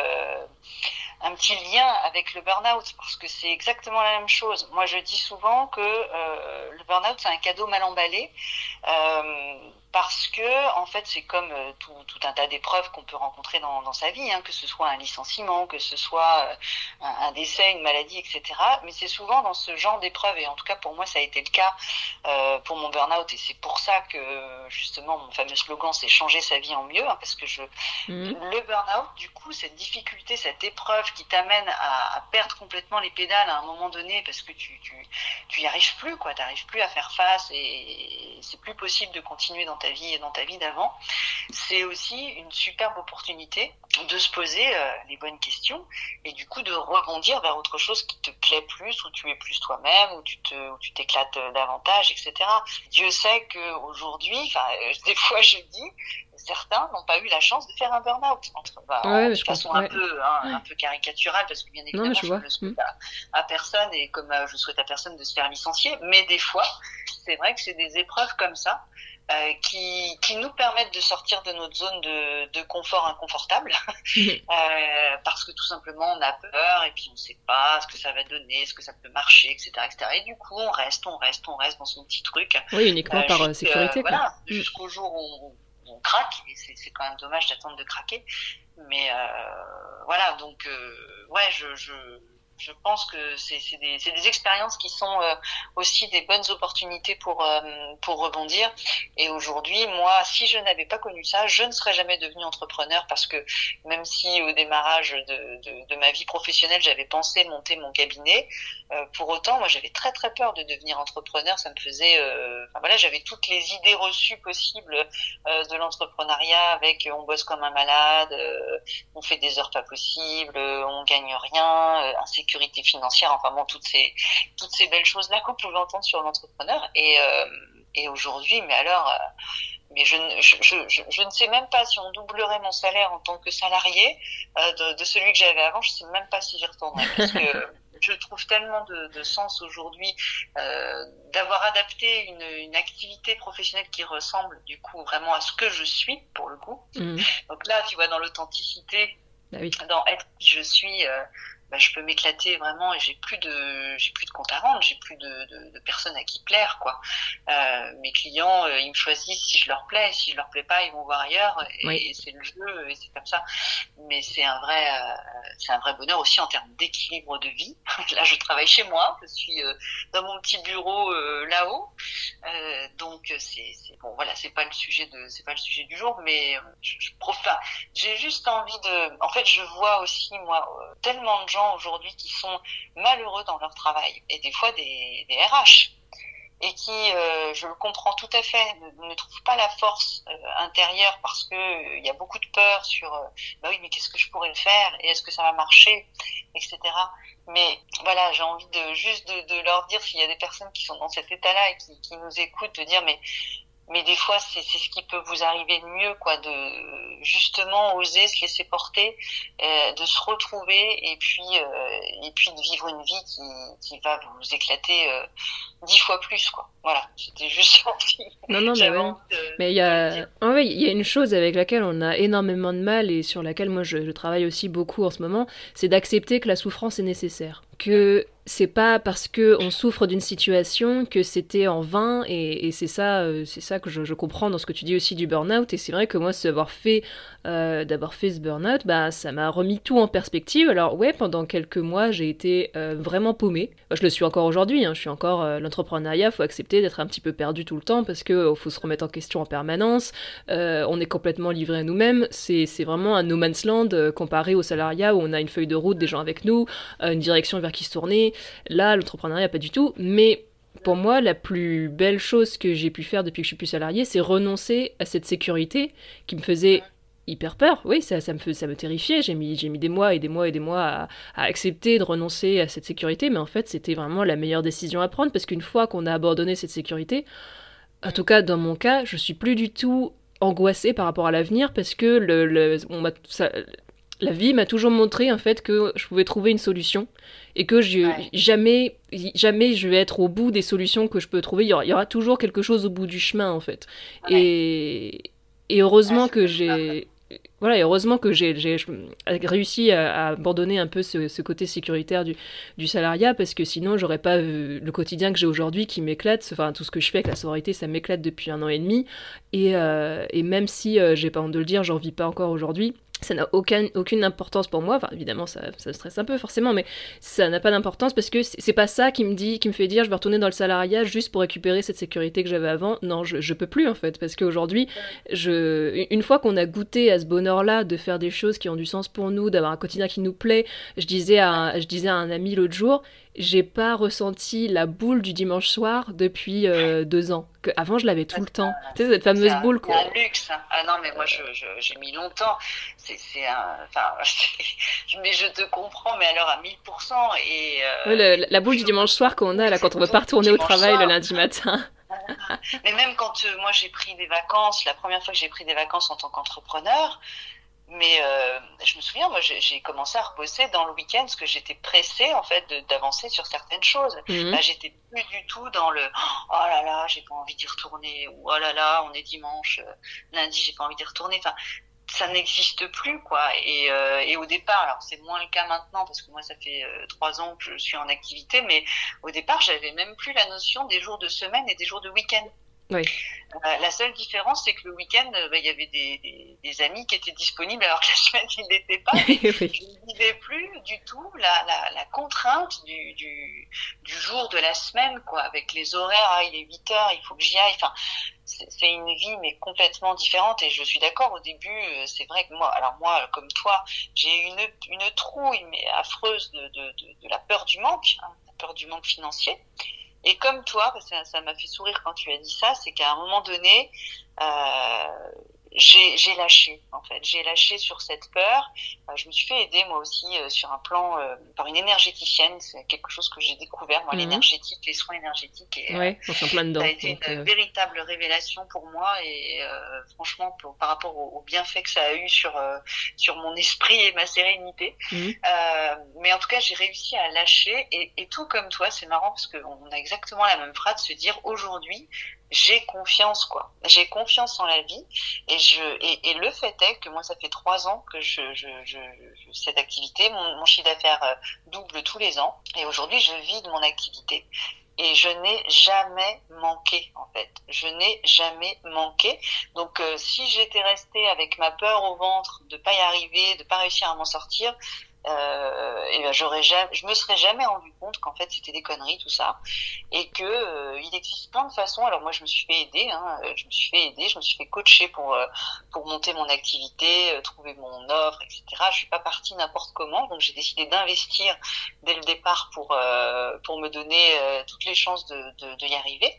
petit lien avec le burn-out, parce que c'est exactement la même chose. Moi, je dis souvent que le burn-out, c'est un cadeau mal emballé, parce que en fait c'est comme tout un tas d'épreuves qu'on peut rencontrer dans sa vie, hein, que ce soit un licenciement, que ce soit un décès, une maladie, etc. Mais c'est souvent dans ce genre d'épreuves, et en tout cas pour moi ça a été le cas pour mon burn-out, et c'est pour ça que justement mon fameux slogan c'est changer sa vie en mieux, hein, parce que le burn-out, du coup, cette difficulté, cette épreuve qui t'amène à perdre complètement les pédales à un moment donné, parce que tu y arrives plus, quoi, t'arrives plus à faire face, et c'est plus possible de continuer dans ta vie d'avant. C'est aussi une superbe opportunité de se poser les bonnes questions, et du coup de rebondir vers autre chose qui te plaît plus, où tu es plus toi-même, où tu t'éclates davantage, etc. Dieu sait qu'aujourd'hui, des fois je dis, certains n'ont pas eu la chance de faire un burn-out, de façon un peu caricaturale, parce que bien évidemment je ne le souhaite à personne, et comme je souhaite à personne de se faire licencier, mais des fois c'est vrai que c'est des épreuves comme ça qui nous permettent de sortir de notre zone de confort inconfortable, parce que tout simplement on a peur, et puis on ne sait pas ce que ça va donner, ce que ça peut marcher, etc., etc. Et du coup on reste dans son petit truc. Oui, uniquement par sécurité. Voilà, jusqu'au jour où on craque, et c'est quand même dommage d'attendre de craquer. Mais voilà, donc je pense que c'est des expériences qui sont aussi des bonnes opportunités pour rebondir. Et aujourd'hui, moi, si je n'avais pas connu ça, je ne serais jamais devenue entrepreneur, parce que même si au démarrage de ma vie professionnelle, j'avais pensé monter mon cabinet, pour autant, moi, j'avais très très peur de devenir entrepreneur. Ça me faisait, j'avais toutes les idées reçues possibles de l'entrepreneuriat, avec on bosse comme un malade, on fait des heures pas possibles, on gagne rien, insécurité financière, enfin bon, toutes ces belles choses là qu'on pouvait entendre sur l'entrepreneur. Et aujourd'hui, mais alors, mais je ne sais même pas si on doublerait mon salaire en tant que salarié de celui que j'avais avant. Je sais même pas si j'y retournerais, parce que je trouve tellement de sens aujourd'hui d'avoir adapté une activité professionnelle qui ressemble du coup vraiment à ce que je suis pour le coup. Donc là, tu vois, dans l'authenticité, dans être qui je suis, je peux m'éclater vraiment, et j'ai plus de compte à rendre, j'ai plus de personnes à qui plaire, quoi. Mes clients, ils me choisissent si je leur plais, si je leur plais pas, ils vont voir ailleurs, et c'est le jeu, et c'est comme ça. Mais c'est un vrai bonheur aussi en termes d'équilibre de vie. Là, je travaille chez moi, je suis dans mon petit bureau là-haut, donc c'est bon, voilà, c'est pas le sujet du jour, mais j'ai juste envie en fait, je vois aussi moi tellement de gens aujourd'hui qui sont malheureux dans leur travail, et des fois des RH, et qui, je le comprends tout à fait, ne trouvent pas la force intérieure, parce que il y a beaucoup de peur sur oui, mais qu'est-ce que je pourrais faire, et est-ce que ça va marcher, etc. Mais voilà, j'ai envie de leur dire, s'il y a des personnes qui sont dans cet état-là et qui nous écoutent, de dire mais des fois c'est ce qui peut vous arriver de mieux, quoi, de justement oser se laisser porter, de se retrouver, et puis de vivre une vie qui va vous éclater 10 fois plus, quoi. Voilà, c'était juste envie. Non, mais il y a une chose avec laquelle on a énormément de mal, et sur laquelle moi je travaille aussi beaucoup en ce moment, c'est d'accepter que la souffrance est nécessaire, que c'est pas parce que on souffre d'une situation que c'était en vain, et c'est ça que je comprends dans ce que tu dis aussi du burn-out. Et c'est vrai que moi, d'avoir fait ce burn-out, ça m'a remis tout en perspective. Alors ouais, pendant quelques mois, j'ai été vraiment paumée. Je le suis encore aujourd'hui, hein. Je suis encore l'entrepreneuriat, faut accepter d'être un petit peu perdu tout le temps, parce que faut se remettre en question en permanence. On est complètement livré à nous-mêmes. C'est vraiment un no man's land comparé au salariat, où on a une feuille de route, des gens avec nous, une direction vers qui se tourner. Là, l'entrepreneuriat, pas du tout. Mais pour moi, la plus belle chose que j'ai pu faire depuis que je suis plus salariée, c'est renoncer à cette sécurité qui me faisait hyper peur. Oui, ça me terrifiait. J'ai mis des mois et des mois et des mois à accepter de renoncer à cette sécurité. Mais en fait, c'était vraiment la meilleure décision à prendre, parce qu'une fois qu'on a abandonné cette sécurité, en tout cas dans mon cas, je suis plus du tout angoissée par rapport à l'avenir, parce que la vie m'a toujours montré en fait que je pouvais trouver une solution, et que jamais je vais être au bout des solutions que je peux trouver. Il y aura toujours quelque chose au bout du chemin, en fait. Ouais. Et heureusement que j'ai... voilà, et heureusement que j'ai réussi à abandonner un peu ce côté sécuritaire du salariat, parce que sinon j'aurais pas le quotidien que j'ai aujourd'hui qui m'éclate. Enfin, tout ce que je fais avec la sororité, ça m'éclate depuis 1 an et demi. Et même si, j'ai pas honte de le dire, j'en vis pas encore aujourd'hui, ça n'a aucune importance pour moi. Enfin, évidemment, ça me stresse un peu, forcément, mais ça n'a pas d'importance parce que c'est pas ça qui me fait dire je vais retourner dans le salariat juste pour récupérer cette sécurité que j'avais avant. Non, je peux plus, en fait, parce qu'aujourd'hui, une fois qu'on a goûté à ce bonheur-là de faire des choses qui ont du sens pour nous, d'avoir un quotidien qui nous plaît, je disais à un ami l'autre jour, j'ai pas ressenti la boule du dimanche soir depuis 2 ans. Avant, je l'avais tout le temps. Tu sais, cette fameuse boule, c'est quoi. un luxe. Hein. Ah non, mais moi, j'ai mis longtemps. Enfin, mais je te comprends, mais alors à 1000%. Ouais, la boule du dimanche soir qu'on a là quand on veut pas retourner au travail le lundi matin. Mais même quand moi j'ai pris des vacances, la première fois que j'ai pris des vacances en tant qu'entrepreneur, mais je me souviens, moi j'ai commencé à rebosser dans le week-end parce que j'étais pressée en fait d'avancer sur certaines choses. Là, j'étais plus du tout dans le oh là là, j'ai pas envie d'y retourner, ou oh là là, on est dimanche, lundi, j'ai pas envie d'y retourner. Enfin, ça n'existe plus quoi. Et au départ, alors c'est moins le cas maintenant parce que moi ça fait 3 ans que je suis en activité, mais au départ j'avais même plus la notion des jours de semaine et des jours de week-end. Oui. La seule différence, c'est que le week-end, il y avait des amis qui étaient disponibles alors que la semaine, ils n'étaient pas. Oui. Je ne vivais plus du tout la contrainte du jour de la semaine, quoi, avec les horaires, ah, il est 8 heures, il faut que j'y aille. Enfin, c'est une vie, mais complètement différente. Et je suis d'accord, au début, c'est vrai que moi, comme toi, j'ai eu une trouille, mais affreuse de la peur du manque, hein, la peur du manque financier. Et comme toi, parce que ça m'a fait sourire quand tu as dit ça, c'est qu'à un moment donné, j'ai lâché, en fait. J'ai lâché sur cette peur. Je me suis fait aider, moi aussi, sur un plan, par une énergéticienne. C'est quelque chose que j'ai découvert, moi, l'énergétique, les soins énergétiques. Et, ouais, on s'en plein dedans. Ça a été une véritable révélation pour moi. Et franchement, par rapport aux bienfaits que ça a eu sur mon esprit et ma sérénité. Mais en tout cas, j'ai réussi à lâcher. Et tout comme toi, c'est marrant parce qu'on a exactement la même phrase, se dire aujourd'hui, j'ai confiance, quoi. J'ai confiance en la vie. Et le fait est que moi, ça fait 3 ans que cette activité, mon chiffre d'affaires double tous les ans. Et aujourd'hui, je vis de mon activité. Et je n'ai jamais manqué, en fait. Je n'ai jamais manqué. Donc, si j'étais restée avec ma peur au ventre de pas y arriver, de pas réussir à m'en sortir, et ben je me serais jamais rendu compte qu'en fait c'était des conneries tout ça, et que il existe plein de façons. Alors moi je me suis fait aider, je me suis fait coacher pour monter mon activité, trouver mon offre, etc. Je suis pas partie n'importe comment, donc j'ai décidé d'investir dès le départ pour me donner toutes les chances de y arriver.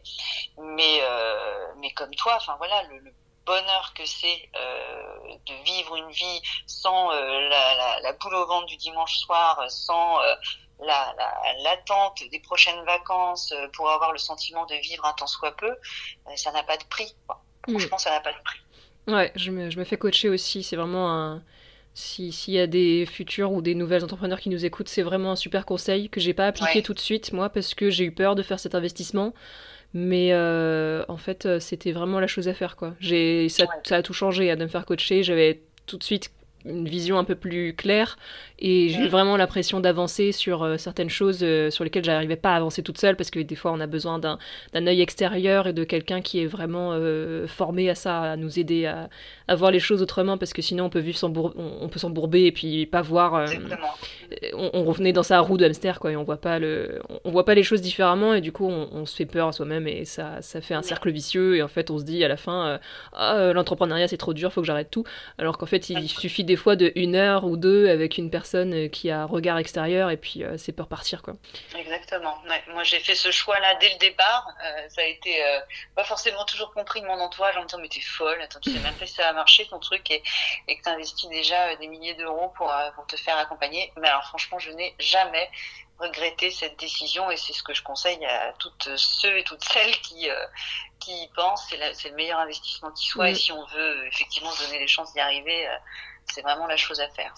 Mais comme toi, enfin voilà, le bonheur que c'est de vivre une vie sans la boule au ventre du dimanche soir, sans l'attente des prochaines vacances pour avoir le sentiment de vivre un tant soit peu, ça n'a pas de prix, quoi. Franchement, ça n'a pas de prix. Ouais, je me fais coacher aussi, c'est vraiment s'il y a des futurs ou des nouvelles entrepreneurs qui nous écoutent, c'est vraiment un super conseil que j'ai pas appliqué tout de suite, moi, parce que j'ai eu peur de faire cet investissement. Mais en fait, c'était vraiment la chose à faire, quoi. Ça a tout changé, de me faire coacher. J'avais tout de suite une vision un peu plus claire et j'ai eu vraiment l'impression d'avancer sur certaines choses sur lesquelles j'arrivais pas à avancer toute seule, parce que des fois on a besoin d'un œil extérieur et de quelqu'un qui est vraiment formé à ça, à nous aider à voir les choses autrement, parce que sinon on peut vivre on peut s'embourber et puis pas voir on revenait dans sa roue de hamster, quoi, et on voit pas les choses différemment, et du coup on se fait peur à soi-même et ça fait un cercle vicieux, et en fait on se dit à la fin l'entrepreneuriat c'est trop dur, faut que j'arrête tout, alors qu'en fait il suffit des fois de 1 heure ou 2 avec une personne qui a un regard extérieur, et puis c'est peut repartir, quoi. Exactement. Ouais. Moi j'ai fait ce choix-là dès le départ. Ça a été pas forcément toujours compris de mon entourage, en me disant mais t'es folle, attends, tu sais même pas si ça va marcher ton truc, et que t'investis déjà des milliers d'euros pour te faire accompagner. Mais alors franchement, je n'ai jamais regretté cette décision, et c'est ce que je conseille à toutes ceux et toutes celles qui y pensent. C'est le meilleur investissement qui soit, et si on veut effectivement se donner les chances d'y arriver, c'est vraiment la chose à faire.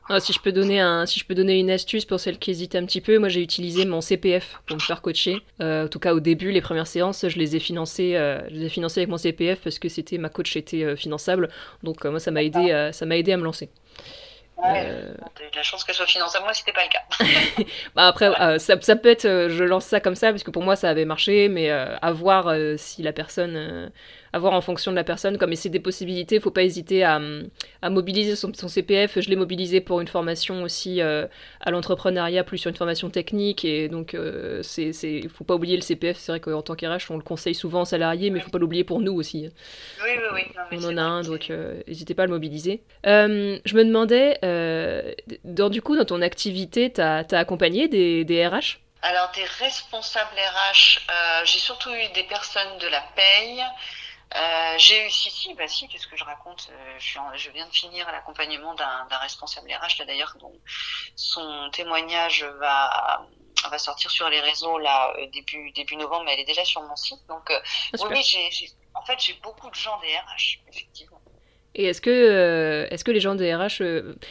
Ah, si je peux donner une astuce pour celles qui hésitent un petit peu, moi j'ai utilisé mon CPF pour me faire coacher. En tout cas au début, les premières séances, je les ai financées avec mon CPF parce que ma coach était finançable. Donc moi ça m'a aidé à me lancer. Ouais, Euh, bon, t'as eu de la chance qu'elle soit finançable. Moi, c'était pas le cas. Bah après, ça peut être, je lance ça comme ça parce que pour moi ça avait marché, mais à voir si la personne, à voir en fonction de la personne. Comme c'est des possibilités, faut pas hésiter à mobiliser son CPF. Je l'ai mobilisé pour une formation aussi à l'entrepreneuriat, plus sur une formation technique, et donc faut pas oublier le CPF. C'est vrai qu'en tant qu'RH, on le conseille souvent aux salariés, mais Oui, faut pas l'oublier pour nous aussi. oui, oui, oui. Non, mais On c'est en a vrai. un, donc n'hésitez pas à le mobiliser. Je me demandais, du coup, dans ton activité, t'as accompagné des RH? Alors, des responsables RH, j'ai surtout eu des personnes de la paye. J'ai eu, si, bah si, qu'est-ce que je raconte? Je viens de finir l'accompagnement d'un responsable RH, là d'ailleurs, dont son témoignage va sortir sur les réseaux là début novembre, mais elle est déjà sur mon site. Donc Ah, oui, super. oui, en fait j'ai beaucoup de gens des RH, effectivement. Et est-ce que les gens des RH,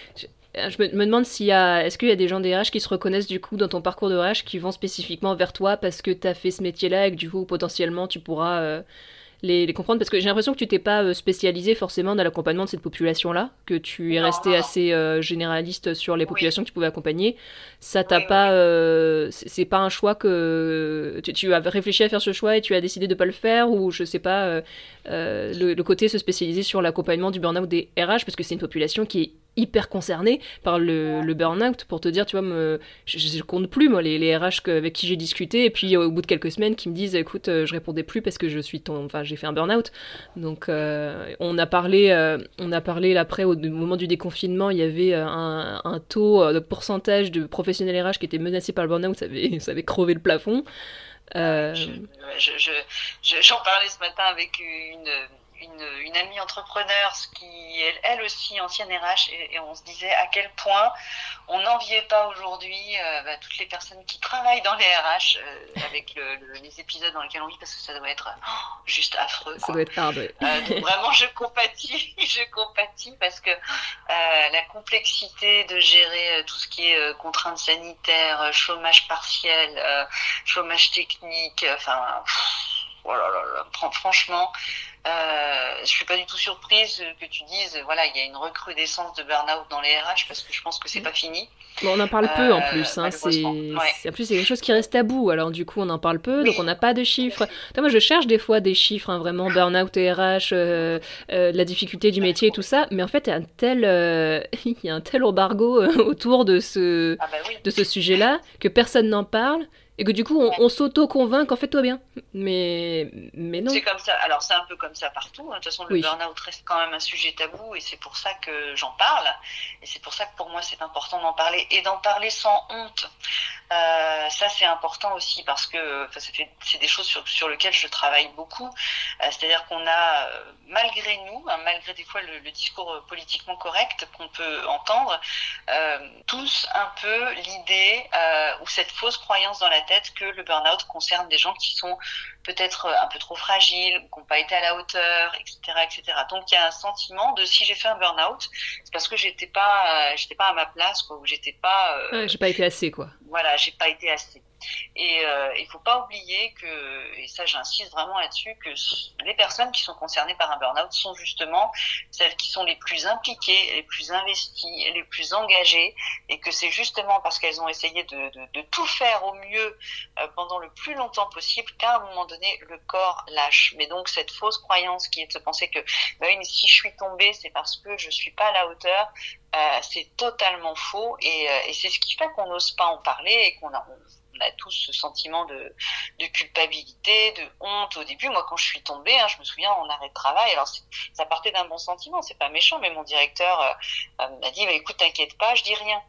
me demande est-ce qu'il y a des gens des RH qui se reconnaissent du coup dans ton parcours de RH qui vont spécifiquement vers toi parce que t'as fait ce métier-là et que du coup potentiellement tu pourras les comprendre parce que j'ai l'impression que tu t'es pas spécialisé forcément dans l'accompagnement de cette population-là, que tu es Non, resté non, non. assez généraliste sur les Oui, populations que tu pouvais accompagner. Ça t'a oui, oui, pas, oui. c'est pas un choix que tu as réfléchi à faire ce choix et tu as décidé de pas le faire ou je sais pas le côté se spécialiser sur l'accompagnement du burn-out des RH parce que c'est une population qui est hyper concernée par le burn-out pour te dire tu vois je compte plus moi les RH avec qui j'ai discuté et puis au bout de quelques semaines qui me disent écoute je répondais plus parce que enfin j'ai fait un burn-out donc on a parlé après au moment du déconfinement il y avait un taux de pourcentage de professionnels RH qui étaient menacés par le burn-out ça avait crevé le plafond. Ah oui, Euh, j'en parlais ce matin avec une amie entrepreneur qui est elle aussi ancienne RH et on se disait à quel point on n'enviait pas aujourd'hui toutes les personnes qui travaillent dans les RH avec les épisodes dans lesquels on vit parce que ça doit être juste affreux Ça doit quoi. être hard, ouais. Donc vraiment je compatis, je compatis parce que la complexité de gérer tout ce qui est contraintes sanitaires, chômage partiel, chômage technique, enfin, oh là là là, franchement, je suis pas du tout surprise que tu dises, voilà, il y a une recrudescence de burn-out dans les RH parce que je pense que c'est pas fini, Bon, on en parle peu en plus, hein. malheureusement. Ouais. En plus, c'est quelque chose qui reste tabou. Alors, du coup, on en parle peu, donc on Oui, n'a pas de tout à chiffres. fait. Moi, je cherche des fois des chiffres, hein, vraiment, burn-out et RH, la difficulté du Pas métier et tout trouvé. ça. Mais en fait, il y a un tel embargo autour Ah bah oui. de ce sujet-là que personne n'en parle et que du coup, Ouais. on s'auto-convainc qu'en fait, tout va bien. Mais non. C'est comme ça. Alors c'est un peu comme ça partout, hein. De toute façon, le Oui. burn-out reste quand même un sujet tabou et c'est pour ça que j'en parle. Et c'est pour ça que pour moi c'est important d'en parler et d'en parler sans honte. Ça c'est important aussi parce que c'est des choses sur lesquelles je travaille beaucoup. C'est-à-dire qu'on a malgré nous, hein, malgré des fois le discours politiquement correct qu'on peut entendre, tous un peu l'idée ou cette fausse croyance dans la tête que le burn-out concerne des gens qui sont peut-être un peu trop fragiles, qui n'ont pas été à la hauteur, etc., etc. Donc il y a un sentiment de si j'ai fait un burn-out, c'est parce que j'étais pas à ma place, quoi, ou j'étais pas, Ouais, j'ai pas été assez, quoi. voilà, j'ai pas été assez. Et il faut pas oublier que, et ça j'insiste vraiment là-dessus, que les personnes qui sont concernées par un burn-out sont justement celles qui sont les plus impliquées, les plus investies, les plus engagées, et que c'est justement parce qu'elles ont essayé de tout faire au mieux pendant le plus longtemps possible qu'à un moment donné le corps lâche. Mais donc cette fausse croyance qui est de se penser que bah oui, mais si je suis tombée c'est parce que je suis pas à la hauteur, c'est totalement faux et c'est ce qui fait qu'on n'ose pas en parler et on a tous ce sentiment de culpabilité, de honte au début. Moi, quand je suis tombée, hein, je me souviens en arrêt de travail, alors ça partait d'un bon sentiment, c'est pas méchant, mais mon directeur m'a dit bah, écoute, t'inquiète pas, je dis rien.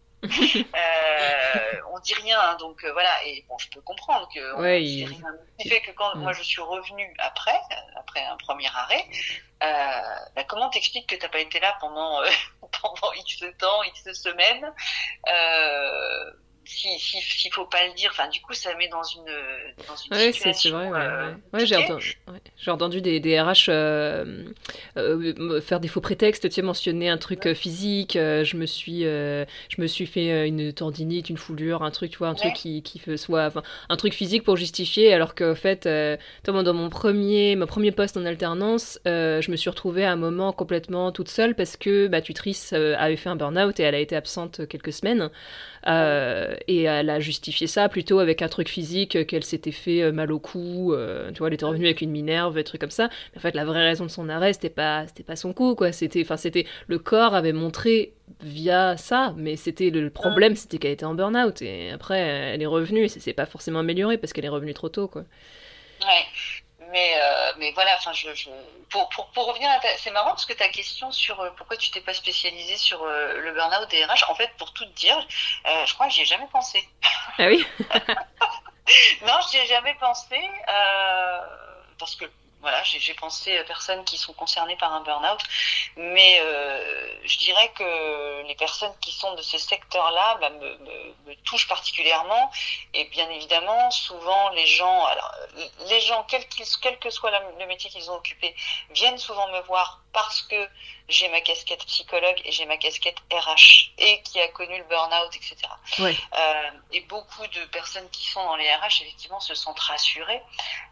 On dit rien, hein, donc voilà, et bon, je peux comprendre qu'on Ouais, dit rien. Ce qui fait que quand moi je suis revenue après un premier arrêt, bah, comment t'expliques que t'as pas été là pendant pendant X temps, X semaines, s'il faut pas le dire, enfin du coup ça met dans une Ouais, c'est situation vrai, ouais. Ouais, compliquée. j'ai entendu des RH faire des faux prétextes, tu sais, mentionner un truc physique. Je me suis fait une tendinite, une foulure, un truc, tu vois, un truc Ouais. soit, enfin, un truc physique pour justifier, alors qu'en fait, toi, moi, dans mon premier poste en alternance, je me suis retrouvée à un moment complètement toute seule parce que ma tutrice avait fait un burn-out et elle a été absente quelques semaines. Mhm. Et elle a justifié ça plutôt avec un truc physique, qu'elle s'était fait mal au cou, tu vois, elle était revenue avec une minerve, des trucs comme ça. Mais en fait, la vraie raison de son arrêt, c'était pas son coup, quoi. C'était, le corps avait montré via ça, mais le Mhm. problème, c'était qu'elle était en burn-out. Et après, elle est revenue, et ça s'est pas forcément amélioré parce qu'elle est revenue trop tôt, quoi. Ouais. Mais voilà, enfin, pour revenir c'est marrant parce que ta question sur pourquoi tu t'es pas spécialisée sur le burn-out des RH, en fait, pour tout te dire, je crois que j'y ai jamais pensé. Ah oui. Non, j'y ai jamais pensé parce que voilà, j'ai pensé à personnes qui sont concernées par un burn-out, mais je dirais que les personnes qui sont de ces secteurs-là bah, me touchent particulièrement et bien évidemment, souvent les gens quel que soit le métier qu'ils ont occupé, viennent souvent me voir parce que j'ai ma casquette psychologue et j'ai ma casquette RH et qui a connu le burn-out, etc. Ouais. Et beaucoup de personnes qui sont dans les RH, effectivement, se sentent rassurées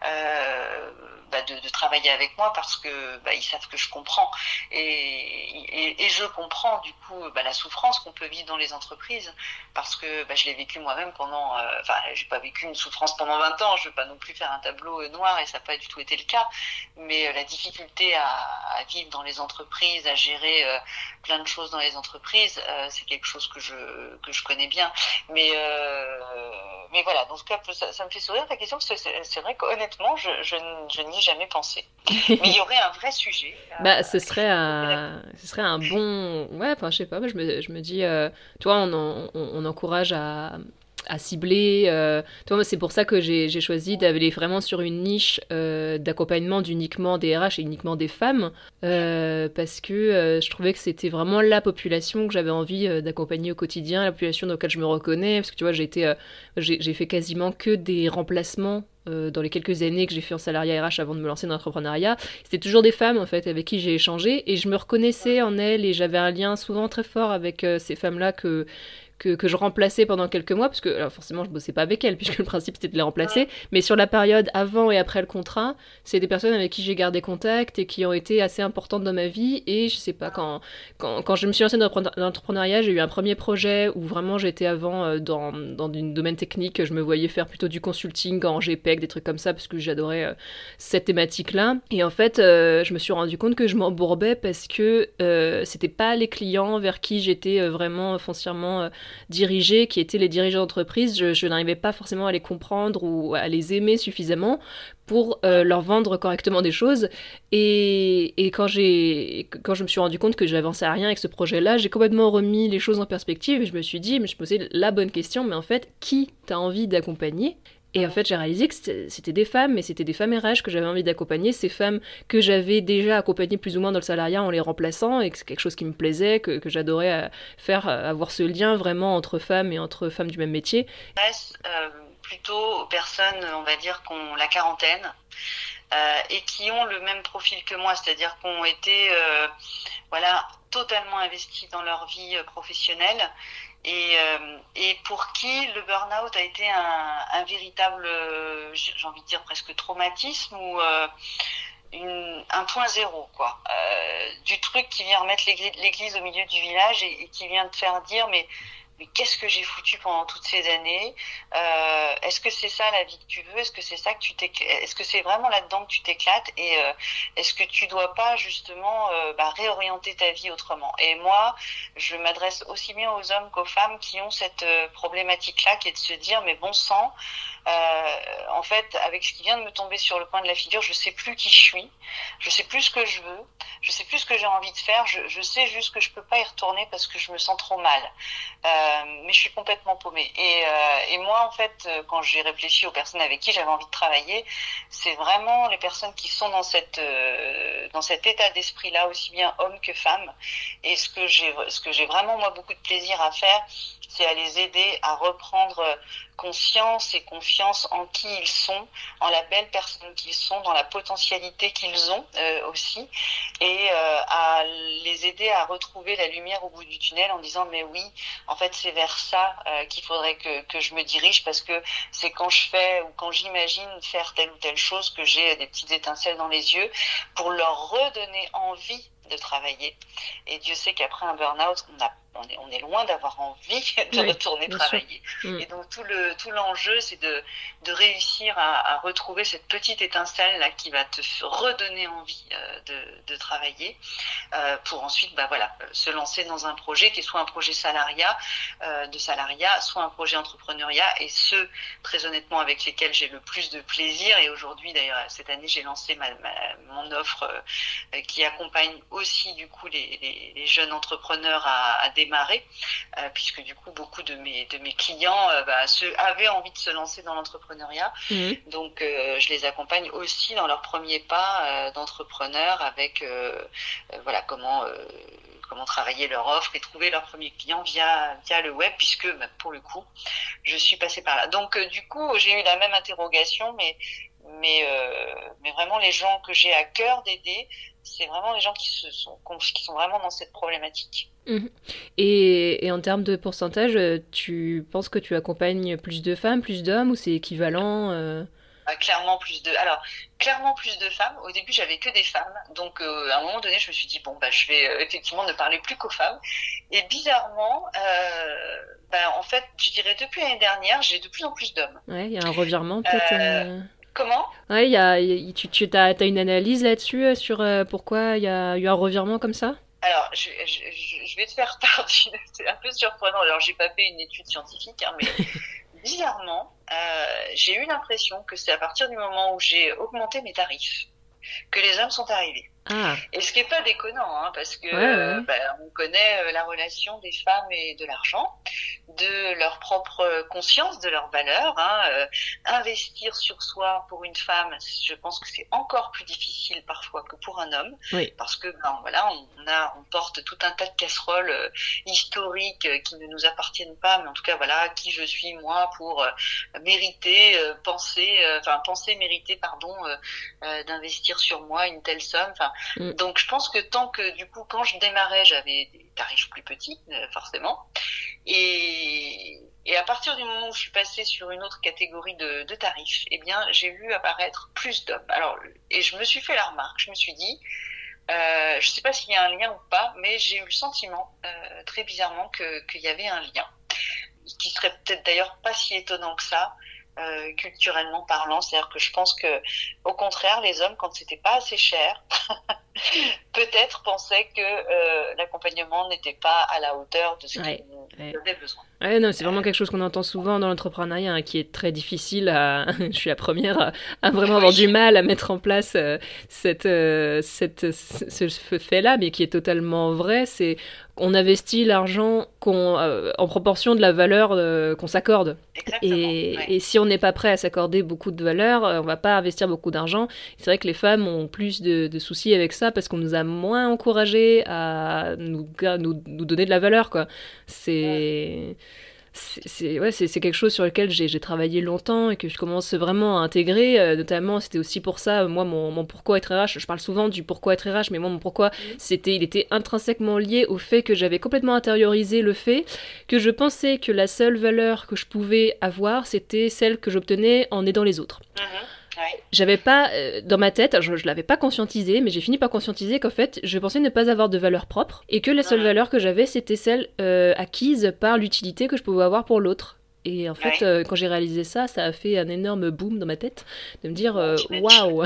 de travailler avec moi parce que ils savent que je comprends. Et je comprends, du coup, la souffrance qu'on peut vivre dans les entreprises parce que je l'ai vécu moi-même pendant... Enfin, j'ai pas vécu une souffrance pendant 20 ans, je veux pas non plus faire un tableau noir et ça n'a pas du tout été le cas, mais la difficulté à vivre dans les entreprises, à gérer plein de choses dans les entreprises, c'est quelque chose que je connais bien. Mais voilà, dans ce cas, ça me fait sourire ta question, parce que c'est vrai qu'honnêtement, je n'y ai jamais pensé. Mais il y aurait un vrai sujet. Bah, ce serait un bon. Ouais, enfin, je sais pas, je me dis, tu vois, on encourage à cibler. Tu vois, moi, c'est pour ça que j'ai choisi d'aller vraiment sur une niche d'accompagnement d'uniquement des RH et uniquement des femmes, parce que je trouvais que c'était vraiment la population que j'avais envie d'accompagner au quotidien, la population dans laquelle je me reconnais, parce que tu vois, j'ai fait quasiment que des remplacements dans les quelques années que j'ai fait en salariat RH avant de me lancer dans l'entrepreneuriat. C'était toujours des femmes en fait avec qui j'ai échangé et je me reconnaissais en elles et j'avais un lien souvent très fort avec ces femmes-là que je remplaçais pendant quelques mois, parce que alors forcément je bossais pas avec elles, puisque le principe c'était de les remplacer, mais sur la période avant et après le contrat, c'est des personnes avec qui j'ai gardé contact et qui ont été assez importantes dans ma vie, et je sais pas, quand je me suis lancée dans l'entrepreneuriat, j'ai eu un premier projet où vraiment j'étais avant dans un domaine technique, je me voyais faire plutôt du consulting en JPEG, des trucs comme ça, parce que j'adorais cette thématique-là, et en fait je me suis rendu compte que je m'embourbais parce que c'était pas les clients vers qui j'étais vraiment foncièrement dirigés, qui étaient les dirigeants d'entreprise, je n'arrivais pas forcément à les comprendre ou à les aimer suffisamment pour leur vendre correctement des choses. Et quand je me suis rendu compte que j'avançais à rien avec ce projet-là, j'ai complètement remis les choses en perspective et je me suis dit, je me suis posé la bonne question, mais en fait, qui t'as envie d'accompagner? Et en fait, j'ai réalisé que c'était des femmes, mais c'était des femmes RH que j'avais envie d'accompagner, ces femmes que j'avais déjà accompagnées plus ou moins dans le salariat en les remplaçant, et que c'est quelque chose qui me plaisait, que j'adorais faire, avoir ce lien vraiment entre femmes et entre femmes du même métier. Plutôt aux personnes, on va dire, qui ont la quarantaine et qui ont le même profil que moi, c'est-à-dire qui ont été voilà, totalement investis dans leur vie professionnelle et pour qui le burn-out a été un véritable, j'ai envie de dire presque traumatisme ou un point zéro, quoi. Du truc qui vient remettre l'église au milieu du village et qui vient te faire dire mais qu'est-ce que j'ai foutu pendant toutes ces années? Est-ce que c'est ça la vie que tu veux? Est-ce que c'est ça que est-ce que c'est vraiment là-dedans que tu t'éclates? Et est-ce que tu dois pas justement réorienter ta vie autrement? Et moi, je m'adresse aussi bien aux hommes qu'aux femmes qui ont cette problématique-là, qui est de se dire mais bon sang, en fait, avec ce qui vient de me tomber sur le coin de la figure, je sais plus qui je suis, je sais plus ce que je veux, je sais plus ce que j'ai envie de faire, je sais juste que je peux pas y retourner parce que je me sens trop mal. Mais je suis complètement paumée. Et moi, en fait, quand j'ai réfléchi aux personnes avec qui j'avais envie de travailler, c'est vraiment les personnes qui sont dans cet état d'esprit-là, aussi bien hommes que femmes. Et ce que j'ai vraiment, moi, beaucoup de plaisir à faire, c'est à les aider à reprendre conscience et confiance en qui ils sont, en la belle personne qu'ils sont, dans la potentialité qu'ils ont aussi, et à les aider à retrouver la lumière au bout du tunnel en disant mais oui, en fait c'est vers ça qu'il faudrait que je me dirige, parce que c'est quand je fais ou quand j'imagine faire telle ou telle chose que j'ai des petites étincelles dans les yeux, pour leur redonner envie de travailler. Et Dieu sait qu'après un burn-out, on est loin d'avoir envie de retourner travailler. Et donc tout l'enjeu, c'est de réussir à retrouver cette petite étincelle là qui va te redonner envie de travailler, pour ensuite se lancer dans un projet qui est soit un projet de salariat, soit un projet entrepreneuriat, et ceux très honnêtement avec lesquels j'ai le plus de plaisir. Et aujourd'hui d'ailleurs cette année j'ai lancé mon offre qui accompagne aussi du coup les jeunes entrepreneurs à démarrer, puisque du coup beaucoup de mes clients avaient envie de se lancer dans l'entrepreneuriat. Donc je les accompagne aussi dans leurs premiers pas d'entrepreneur, avec comment travailler leur offre et trouver leurs premiers clients via le web, puisque pour le coup je suis passée par là. Donc du coup j'ai eu la même interrogation, mais vraiment les gens que j'ai à cœur d'aider, c'est vraiment les gens qui sont vraiment dans cette problématique. Et en termes de pourcentage, tu penses que tu accompagnes plus de femmes, plus d'hommes, ou c'est équivalent Clairement plus de femmes. Au début, j'avais que des femmes. Donc, à un moment donné, je me suis dit, je vais effectivement ne parler plus qu'aux femmes. Et bizarrement, en fait, je dirais depuis l'année dernière, j'ai de plus en plus d'hommes. Ouais, il y a un revirement peut-être. Comment ? Ouais, tu as une analyse là-dessus, sur pourquoi il y a eu un revirement comme ça ? Alors, je vais te faire part c'est un peu surprenant. Alors, j'ai pas fait une étude scientifique, mais bizarrement, j'ai eu l'impression que c'est à partir du moment où j'ai augmenté mes tarifs que les hommes sont arrivés. Et ce qui est pas déconnant, parce que on connaît la relation des femmes et de l'argent, de leur propre conscience, de leur valeur. Investir sur soi pour une femme, je pense que c'est encore plus difficile parfois que pour un homme, parce que on porte tout un tas de casseroles historiques qui ne nous appartiennent pas, mais en tout cas qui je suis moi pour mériter, penser mériter d'investir sur moi une telle somme. Donc je pense que tant que du coup quand je démarrais j'avais des tarifs plus petits forcément, et à partir du moment où je suis passée sur une autre catégorie de tarifs, j'ai vu apparaître plus d'hommes. Alors, et je me suis fait la remarque, je me suis dit je sais pas s'il y a un lien ou pas, mais j'ai eu le sentiment très bizarrement qu'il y avait un lien, qui serait peut-être d'ailleurs pas si étonnant que ça, culturellement parlant. C'est-à-dire que je pense que au contraire les hommes, quand c'était pas assez cher peut-être pensaient que l'accompagnement n'était pas à la hauteur de ce qu'ils avaient besoin. Non, c'est vraiment quelque chose qu'on entend souvent dans l'entrepreneuriat, qui est très difficile je suis la première à vraiment avoir du mal à mettre en place ce fait-là, mais qui est totalement vrai. C'est on investit l'argent en proportion de la valeur qu'on s'accorde. Et si on n'est pas prêt à s'accorder beaucoup de valeur, on va pas investir beaucoup d'argent. C'est vrai que les femmes ont plus de soucis avec ça, parce qu'on nous a moins encouragés à nous donner de la valeur, quoi. C'est quelque chose sur lequel j'ai travaillé longtemps et que je commence vraiment à intégrer. Notamment, c'était aussi pour ça, moi, mon pourquoi être RH, je parle souvent du pourquoi être RH, mais moi, mon pourquoi, il était intrinsèquement lié au fait que j'avais complètement intériorisé le fait que je pensais que la seule valeur que je pouvais avoir, c'était celle que j'obtenais en aidant les autres. J'avais pas, dans ma tête, je l'avais pas conscientisé, mais j'ai fini par conscientiser qu'en fait, je pensais ne pas avoir de valeur propre, et que la seule valeur que j'avais, c'était celle acquise par l'utilité que je pouvais avoir pour l'autre. Et en fait, quand j'ai réalisé ça, ça a fait un énorme boom dans ma tête, de me dire waouh.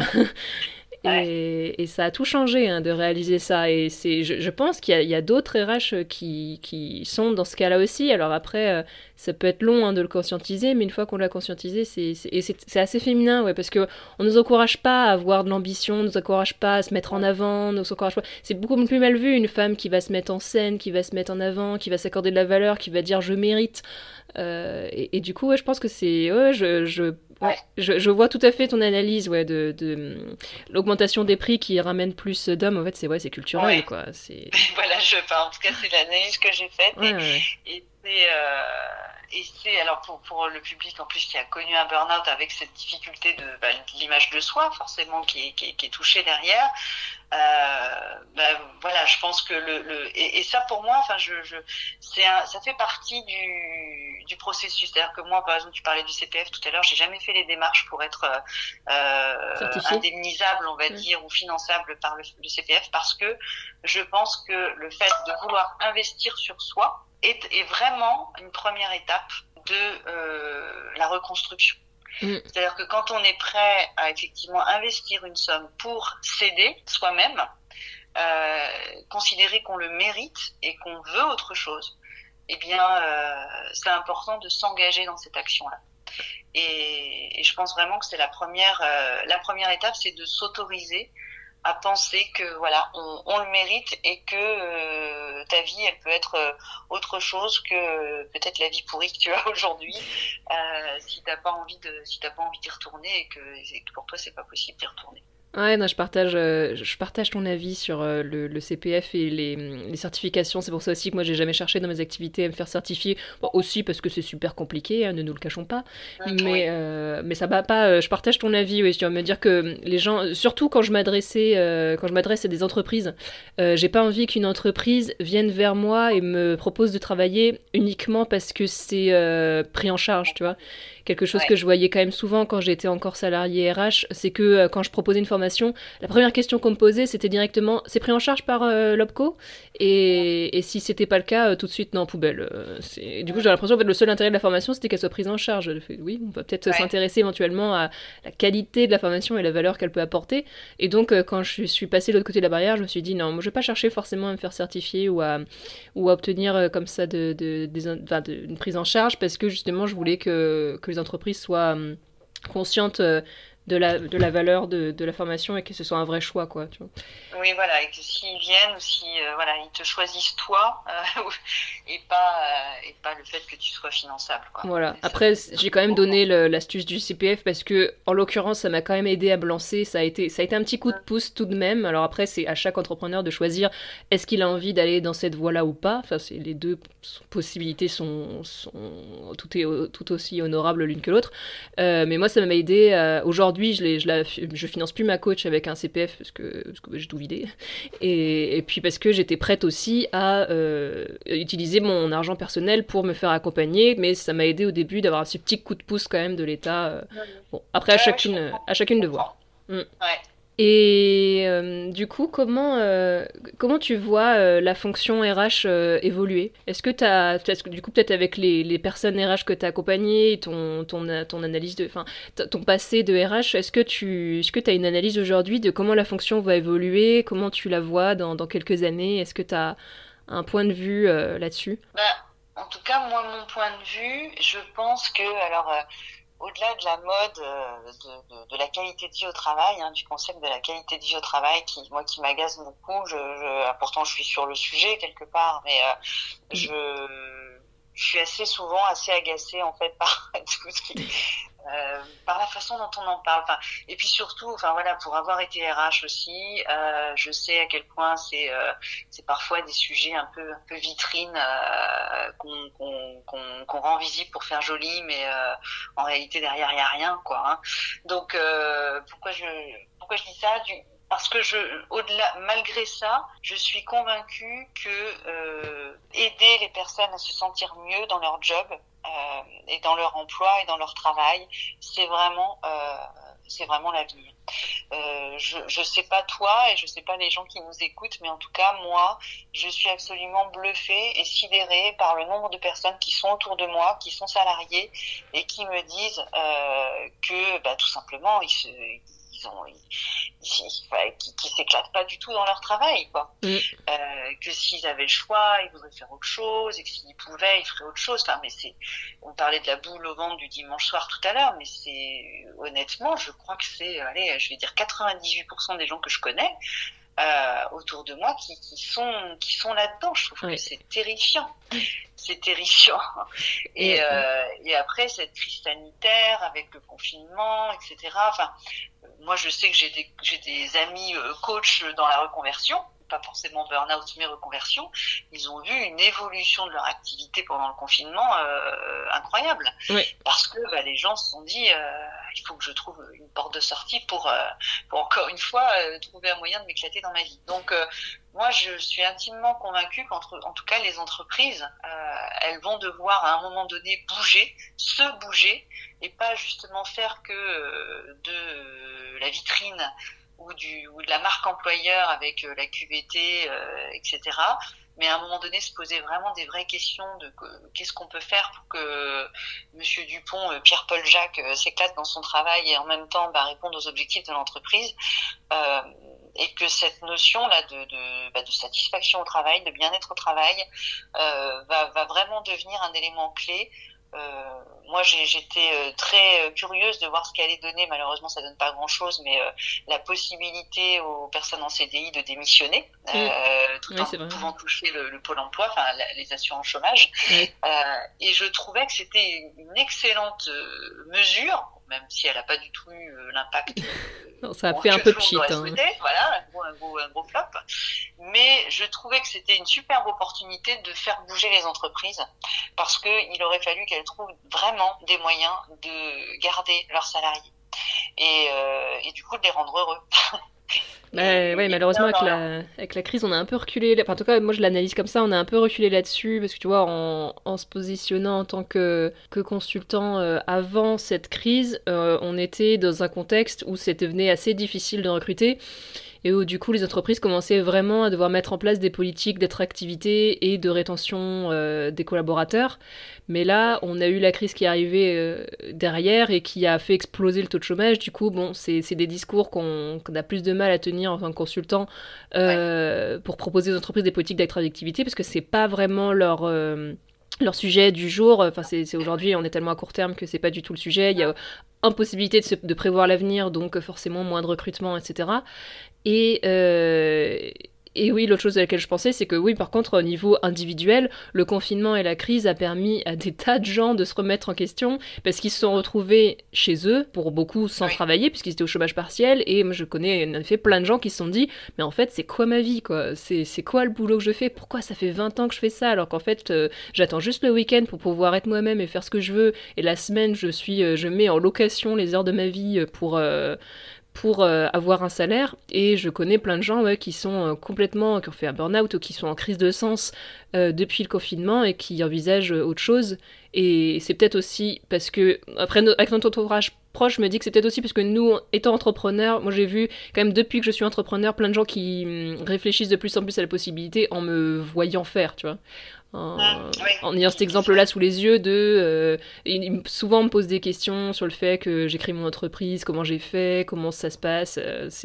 Et ça a tout changé, de réaliser ça. Et je pense qu'il y a d'autres RH qui sont dans ce cas-là aussi. Alors après, ça peut être long de le conscientiser, mais une fois qu'on l'a conscientisé, c'est assez féminin, parce qu'on ne nous encourage pas à avoir de l'ambition, on ne nous encourage pas à se mettre en avant, c'est beaucoup plus mal vu une femme qui va se mettre en scène, qui va se mettre en avant, qui va s'accorder de la valeur, qui va dire je mérite. Et du coup, je pense que c'est... Ouais, je vois tout à fait ton analyse, ouais, de l'augmentation des prix qui ramène plus d'hommes. En fait, c'est culturel, Ouais. quoi. C'est Voilà, en tout cas, c'est l'analyse que j'ai faite ouais, ouais, et c'est alors pour le public en plus qui a connu un burn-out avec cette difficulté de l'image de soi forcément qui est touchée derrière. Voilà, je pense que et ça pour moi, enfin ça fait partie du processus. C'est-à-dire que moi, par exemple, tu parlais du CPF tout à l'heure, j'ai jamais fait les démarches pour être certifié. indemnisable, on va Ouais. dire, ou finançable par le CPF, parce que je pense que le fait de vouloir investir sur soi est vraiment une première étape de la reconstruction. C'est-à-dire que quand on est prêt à effectivement investir une somme pour s'aider soi-même, considérer qu'on le mérite et qu'on veut autre chose, eh bien, c'est important de s'engager dans cette action-là. Et je pense vraiment que c'est la première étape, c'est de s'autoriser à penser que voilà, on le mérite et que ta vie, elle peut être autre chose que peut-être la vie pourrie que tu as aujourd'hui, si t'as pas envie d'y retourner et que pour toi c'est pas possible d'y retourner. Ouais, non, je partage ton avis sur le CPF et les certifications. C'est pour ça aussi que moi, j'ai jamais cherché dans mes activités à me faire certifier. Bon, aussi parce que c'est super compliqué, hein, ne nous le cachons pas. Oui. Mais ça va pas. Je partage ton avis. Oui, je dois me dire que les gens, surtout quand je m'adresse à des entreprises, j'ai pas envie qu'une entreprise vienne vers moi et me propose de travailler uniquement parce que c'est pris en charge, tu vois. Quelque chose que Ouais. je voyais quand même souvent quand j'étais encore salarié RH, c'est que quand je proposais une formation, la première question qu'on me posait, c'était directement, c'est pris en charge par l'OPCO et si c'était pas le cas, tout de suite, non, poubelle. Du coup, j'ai l'impression que le seul intérêt de la formation, c'était qu'elle soit prise en charge. Oui, on peut peut-être Ouais. s'intéresser éventuellement à la qualité de la formation et la valeur qu'elle peut apporter. Et donc, quand je suis passée de l'autre côté de la barrière, je me suis dit, non, moi, je vais pas chercher forcément à me faire certifier ou à obtenir comme ça une prise en charge parce que justement je voulais que les entreprises soient conscientes de la valeur de la formation et que ce soit un vrai choix, quoi, tu vois. Oui, voilà, et que s'ils viennent ou si voilà, ils te choisissent toi et pas le fait que tu sois finançable, quoi. Voilà. Et ça, Après, c'est j'ai quand même important. donné l'astuce du CPF parce que, en l'occurrence, ça m'a quand même aidé à me lancer. Ça a été un petit coup de pouce tout de même. Alors après, c'est à chaque entrepreneur de choisir est-ce qu'il a envie d'aller dans cette voie-là ou pas. Enfin, les deux possibilités sont tout aussi honorables l'une que l'autre. Mais moi, ça m'a aidé. Aujourd'hui, je finance plus ma coach avec un CPF parce que j'ai tout vidé. Et puis parce que j'étais prête aussi à utiliser mon argent personnel pour me faire accompagner, mais ça m'a aidé au début d'avoir ce petit coup de pouce quand même de l'État. Bon, après Ouais, ouais, à je chacune de voir. comprends. Mm. Ouais. Et du coup, comment tu vois la fonction RH évoluer? Est-ce que du coup, peut-être avec les personnes RH que tu as accompagnées, ton analyse enfin, ton passé de RH, est-ce que tu as une analyse aujourd'hui de comment la fonction va évoluer, comment tu la vois dans quelques années? Est-ce que tu as un point de vue là-dessus? En tout cas, moi, mon point de vue, je pense que, alors, au-delà de la mode, de la qualité de vie au travail, hein, du concept de la qualité de vie au travail, qui m'agace beaucoup. Pourtant, je suis sur le sujet quelque part, mais je suis assez souvent assez agacée en fait par tout ce qui, par la façon dont on en parle. Enfin, et puis surtout, enfin voilà, pour avoir été RH aussi, je sais à quel point c'est parfois des sujets un peu vitrines qu'on rend visible pour faire joli, mais en réalité derrière il y a rien quoi. Hein. Donc pourquoi je dis ça parce que au-delà, malgré ça, je suis convaincue que aider les personnes à se sentir mieux dans leur job et dans leur emploi et dans leur travail, c'est vraiment l'avenir. Je sais pas toi et je sais pas les gens qui nous écoutent, mais en tout cas moi, je suis absolument bluffée et sidérée par le nombre de personnes qui sont autour de moi, qui sont salariées et qui me disent que tout simplement qui s'éclatent pas du tout dans leur travail, quoi. Que s'ils avaient le choix, ils voudraient faire autre chose, et que s'ils pouvaient, ils feraient autre chose. Enfin, mais on parlait de la boule au ventre du dimanche soir tout à l'heure, mais honnêtement, je crois que allez, je vais dire 98% des gens que je connais, autour de moi qui sont là-dedans. Je trouve que Ouais. c'est terrifiant. C'est terrifiant. Et après, cette crise sanitaire, avec le confinement, etc. Enfin, moi, je sais que j'ai des amis coachs dans la reconversion, pas forcément burn-out, mais reconversion. Ils ont vu une évolution de leur activité pendant le confinement incroyable. Ouais. Parce que les gens se sont dit, il faut que je trouve une porte de sortie pour encore une fois trouver un moyen de m'éclater dans ma vie. Donc moi, je suis intimement convaincue en tout cas, les entreprises, elles vont devoir à un moment donné se bouger, et pas justement faire que de la vitrine ou de la marque employeur avec la QVT, etc. Mais à un moment donné, se poser vraiment des vraies questions de qu'est-ce qu'on peut faire pour que Monsieur Dupont, Pierre-Paul Jacques s'éclate dans son travail et en même temps répondre aux objectifs de l'entreprise. Et que cette notion-là de satisfaction au travail, de bien-être au travail, va vraiment devenir un élément clé. Moi, j'étais très curieuse de voir ce qu'allait donner. Malheureusement, ça donne pas grand-chose, mais la possibilité aux personnes en CDI de démissionner, tout en pouvant toucher le pôle emploi, enfin les assurances chômage. Et je trouvais que c'était une excellente mesure, même si elle n'a pas du tout eu l'impact. Non, ça a fait un peu pchit. Voilà, un gros flop. Mais je trouvais que c'était une superbe opportunité de faire bouger les entreprises, parce qu'il aurait fallu qu'elles trouvent vraiment des moyens de garder leurs salariés et du coup de les rendre heureux. Malheureusement, avec la crise, on a un peu reculé. Enfin, en tout cas, moi, je l'analyse comme ça. On a un peu reculé là-dessus parce que tu vois, en se positionnant en tant que consultant avant cette crise, on était dans un contexte où c'était devenu assez difficile de recruter. Et où du coup les entreprises commençaient vraiment à devoir mettre en place des politiques d'attractivité et de rétention des collaborateurs. Mais là, on a eu la crise qui est arrivée derrière et qui a fait exploser le taux de chômage. Du coup, c'est des discours qu'on a plus de mal à tenir en tant que consultant pour proposer aux entreprises des politiques d'attractivité, parce que c'est pas vraiment leur sujet du jour. Enfin, c'est aujourd'hui, on est tellement à court terme que c'est pas du tout le sujet. Il y a impossibilité de prévoir l'avenir, donc forcément moins de recrutement, etc. Et oui, l'autre chose à laquelle je pensais, c'est que oui, par contre, au niveau individuel, le confinement et la crise a permis à des tas de gens de se remettre en question, parce qu'ils se sont retrouvés chez eux, pour beaucoup sans travailler, puisqu'ils étaient au chômage partiel, et moi je connais en effet plein de gens qui se sont dit, mais en fait, c'est quoi ma vie, quoi ? C'est quoi le boulot que je fais ? Pourquoi ça fait 20 ans que je fais ça, alors qu'en fait, j'attends juste le week-end pour pouvoir être moi-même et faire ce que je veux, et la semaine, je mets en location les heures de ma vie pour avoir un salaire. Et je connais plein de gens qui sont qui ont fait un burn-out ou qui sont en crise de sens depuis le confinement et qui envisagent autre chose. Et c'est peut-être aussi parce que, après, avec notre entourage proche, je me dis que c'est peut-être aussi parce que nous, étant entrepreneurs, moi j'ai vu quand même depuis que je suis entrepreneur, plein de gens qui réfléchissent de plus en plus à la possibilité en me voyant faire, tu vois. En ayant cet exemple-là sous les yeux souvent on me pose des questions sur le fait que j'ai créé mon entreprise, comment j'ai fait, comment ça se passe.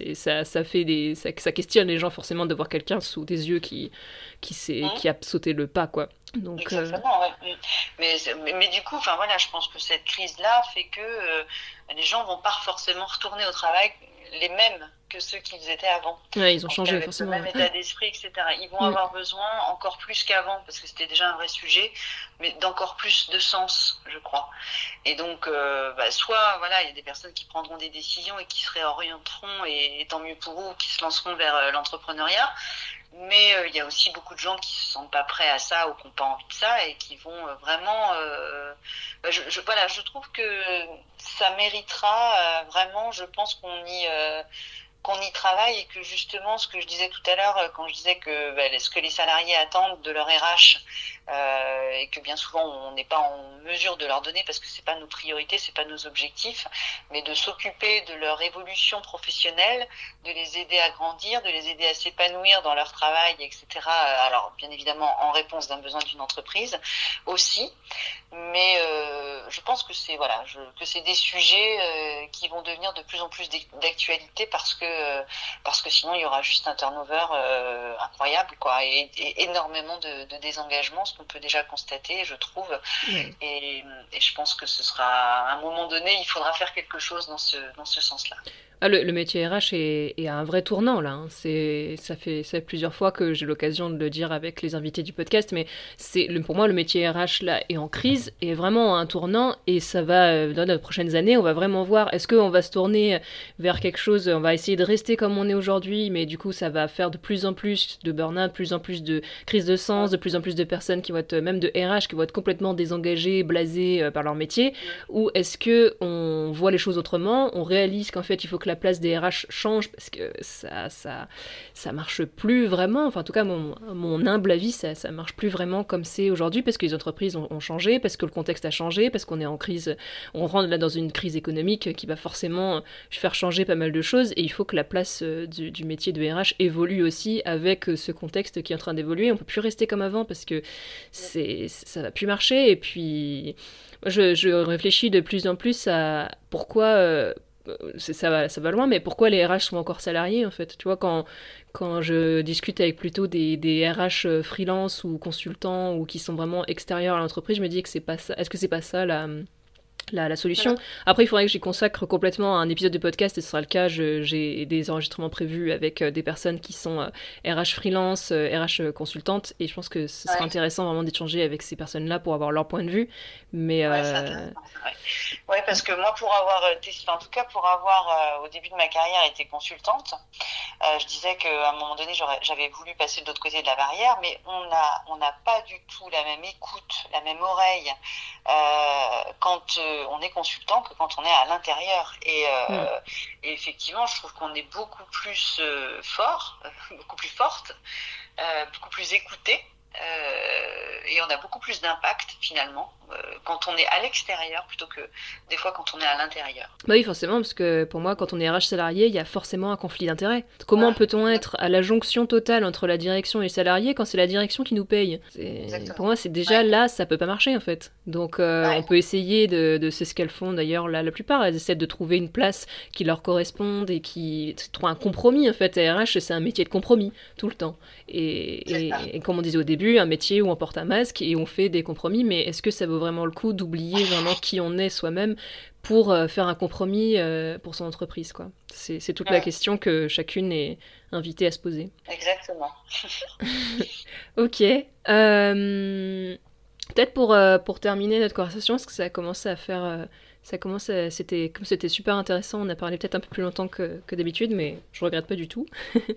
Ça questionne les gens forcément de voir quelqu'un sous des yeux qui a sauté le pas, quoi. Donc, exactement, mais du coup, je pense que cette crise-là fait que les gens vont pas forcément retourner au travail les mêmes que ceux qu'ils étaient avant. Ouais, ils ont changé, avec forcément. Le même état d'esprit, etc. Ils vont avoir besoin, encore plus qu'avant, parce que c'était déjà un vrai sujet, mais d'encore plus de sens, je crois. Et donc, soit, il y a des personnes qui prendront des décisions et qui se réorienteront, et tant mieux pour eux, qui se lanceront vers l'entrepreneuriat. Mais il y a aussi beaucoup de gens qui se sentent pas prêts à ça ou qui n'ont pas envie de ça et qui vont vraiment... je trouve que ça méritera vraiment, je pense qu'on y travaille, et que justement, ce que je disais tout à l'heure, quand je disais que ce que les salariés attendent de leur RH, et que bien souvent on n'est pas en mesure de leur donner parce que c'est pas nos priorités, c'est pas nos objectifs, mais de s'occuper de leur évolution professionnelle, de les aider à grandir, de les aider à s'épanouir dans leur travail, etc. Alors bien évidemment en réponse d'un besoin d'une entreprise aussi, mais je pense que c'est sujets qui vont devenir de plus en plus d'actualité parce que sinon il y aura juste un turnover incroyable, quoi, et énormément de désengagement, ce qu'on peut déjà constater, je trouve. Ouais. Et je pense que ce sera, à un moment donné, il faudra faire quelque chose dans ce sens-là. Ah, le métier RH est à un vrai tournant là, hein. Ça fait plusieurs fois que j'ai l'occasion de le dire avec les invités du podcast, mais pour moi le métier RH là est en crise, est vraiment à un tournant, et ça va dans les prochaines années, on va vraiment voir est-ce qu'on va se tourner vers quelque chose, on va essayer de rester comme on est aujourd'hui, mais du coup ça va faire de plus en plus de burn-out, de plus en plus de crise de sens, de plus en plus de personnes qui vont être, même de RH, qui vont être complètement désengagées, blasées par leur métier, ou est-ce que on voit les choses autrement, on réalise qu'en fait il faut que la place des RH change parce que ça marche plus vraiment. Enfin, en tout cas, mon humble avis, ça marche plus vraiment comme c'est aujourd'hui parce que les entreprises ont changé, parce que le contexte a changé, parce qu'on est en crise, on rentre là dans une crise économique qui va forcément faire changer pas mal de choses, et il faut que la place du métier de RH évolue aussi avec ce contexte qui est en train d'évoluer. On peut plus rester comme avant parce que ça va plus marcher. Et puis, je réfléchis de plus en plus à pourquoi ça va loin, mais pourquoi les RH sont encore salariés en fait? Tu vois, quand je discute avec plutôt des RH freelance ou consultants ou qui sont vraiment extérieurs à l'entreprise, je me dis que c'est pas ça. Est-ce que c'est pas ça la solution? Après, il faudrait que j'y consacre complètement un épisode de podcast, et ce sera le cas. J'ai des enregistrements prévus avec des personnes qui sont RH freelance, RH consultantes, et je pense que ce sera intéressant vraiment d'échanger avec ces personnes-là pour avoir leur point de vue. Mais ouais, parce que moi, en tout cas pour avoir au début de ma carrière été consultante, je disais qu'à un moment donné, j'avais voulu passer de l'autre côté de la barrière, mais on n'a pas du tout la même écoute, la même oreille quand on est consultant que quand on est à l'intérieur. Et effectivement, je trouve qu'on est beaucoup plus fort, beaucoup plus forte, beaucoup plus écouté. Et on a beaucoup plus d'impact finalement quand on est à l'extérieur plutôt que des fois quand on est à l'intérieur. Bah oui, forcément, parce que pour moi, quand on est RH salarié, il y a forcément un conflit d'intérêts. Comment peut-on être à la jonction totale entre la direction et les salariés quand c'est la direction qui nous paye? Pour moi, c'est déjà là, ça peut pas marcher en fait. Donc on peut essayer c'est ce qu'elles font d'ailleurs la plupart, elles essaient de trouver une place qui leur corresponde et qui trouve un compromis en fait. RH, c'est un métier de compromis tout le temps. Et comme on disait au début, un métier où on porte un masque et on fait des compromis, mais est-ce que ça vaut vraiment le coup d'oublier vraiment qui on est soi-même pour faire un compromis pour son entreprise, quoi? C'est toute la question que chacune est invitée à se poser. Exactement. Ok. Peut-être pour terminer notre conversation, parce que ça a commencé à faire... c'était super intéressant, on a parlé peut-être un peu plus longtemps que d'habitude, mais je regrette pas du tout.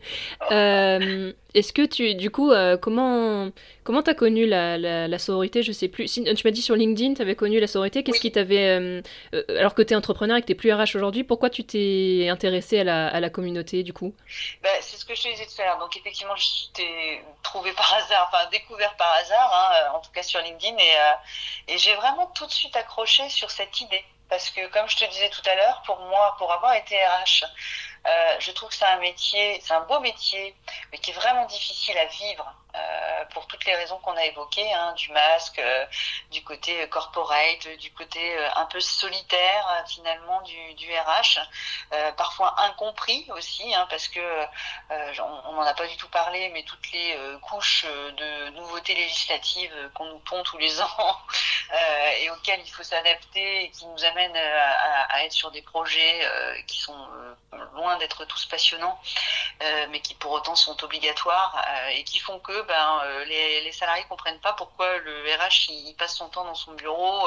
Est-ce que du coup, comment t'as connu la sororité? Je sais plus. Si, tu m'as dit sur LinkedIn, t'avais connu la sororité. Qu'est-ce qui t'avait, alors que t'es entrepreneur et que t'es plus RH aujourd'hui, pourquoi tu t'es intéressé à la communauté du coup? C'est ce que je te disais tout à l'heure. Donc effectivement, je t'ai trouvé par hasard, enfin découvert par hasard, en tout cas sur LinkedIn, et j'ai vraiment tout de suite accroché sur cette idée. Parce que, comme je te disais tout à l'heure, pour moi, pour avoir été RH, je trouve que c'est un métier, c'est un beau métier, mais qui est vraiment difficile à vivre pour toutes les raisons qu'on a évoquées, du masque, du côté corporate, du côté un peu solitaire finalement du RH, parfois incompris aussi, parce que on n'en a pas du tout parlé, mais toutes les couches de nouveautés législatives qu'on nous pond tous les ans et auxquelles il faut s'adapter et qui nous amènent à être sur des projets qui sont loin d'être tous passionnants, mais qui pour autant sont obligatoires et qui font que les salariés comprennent pas pourquoi le RH il passe son temps dans son bureau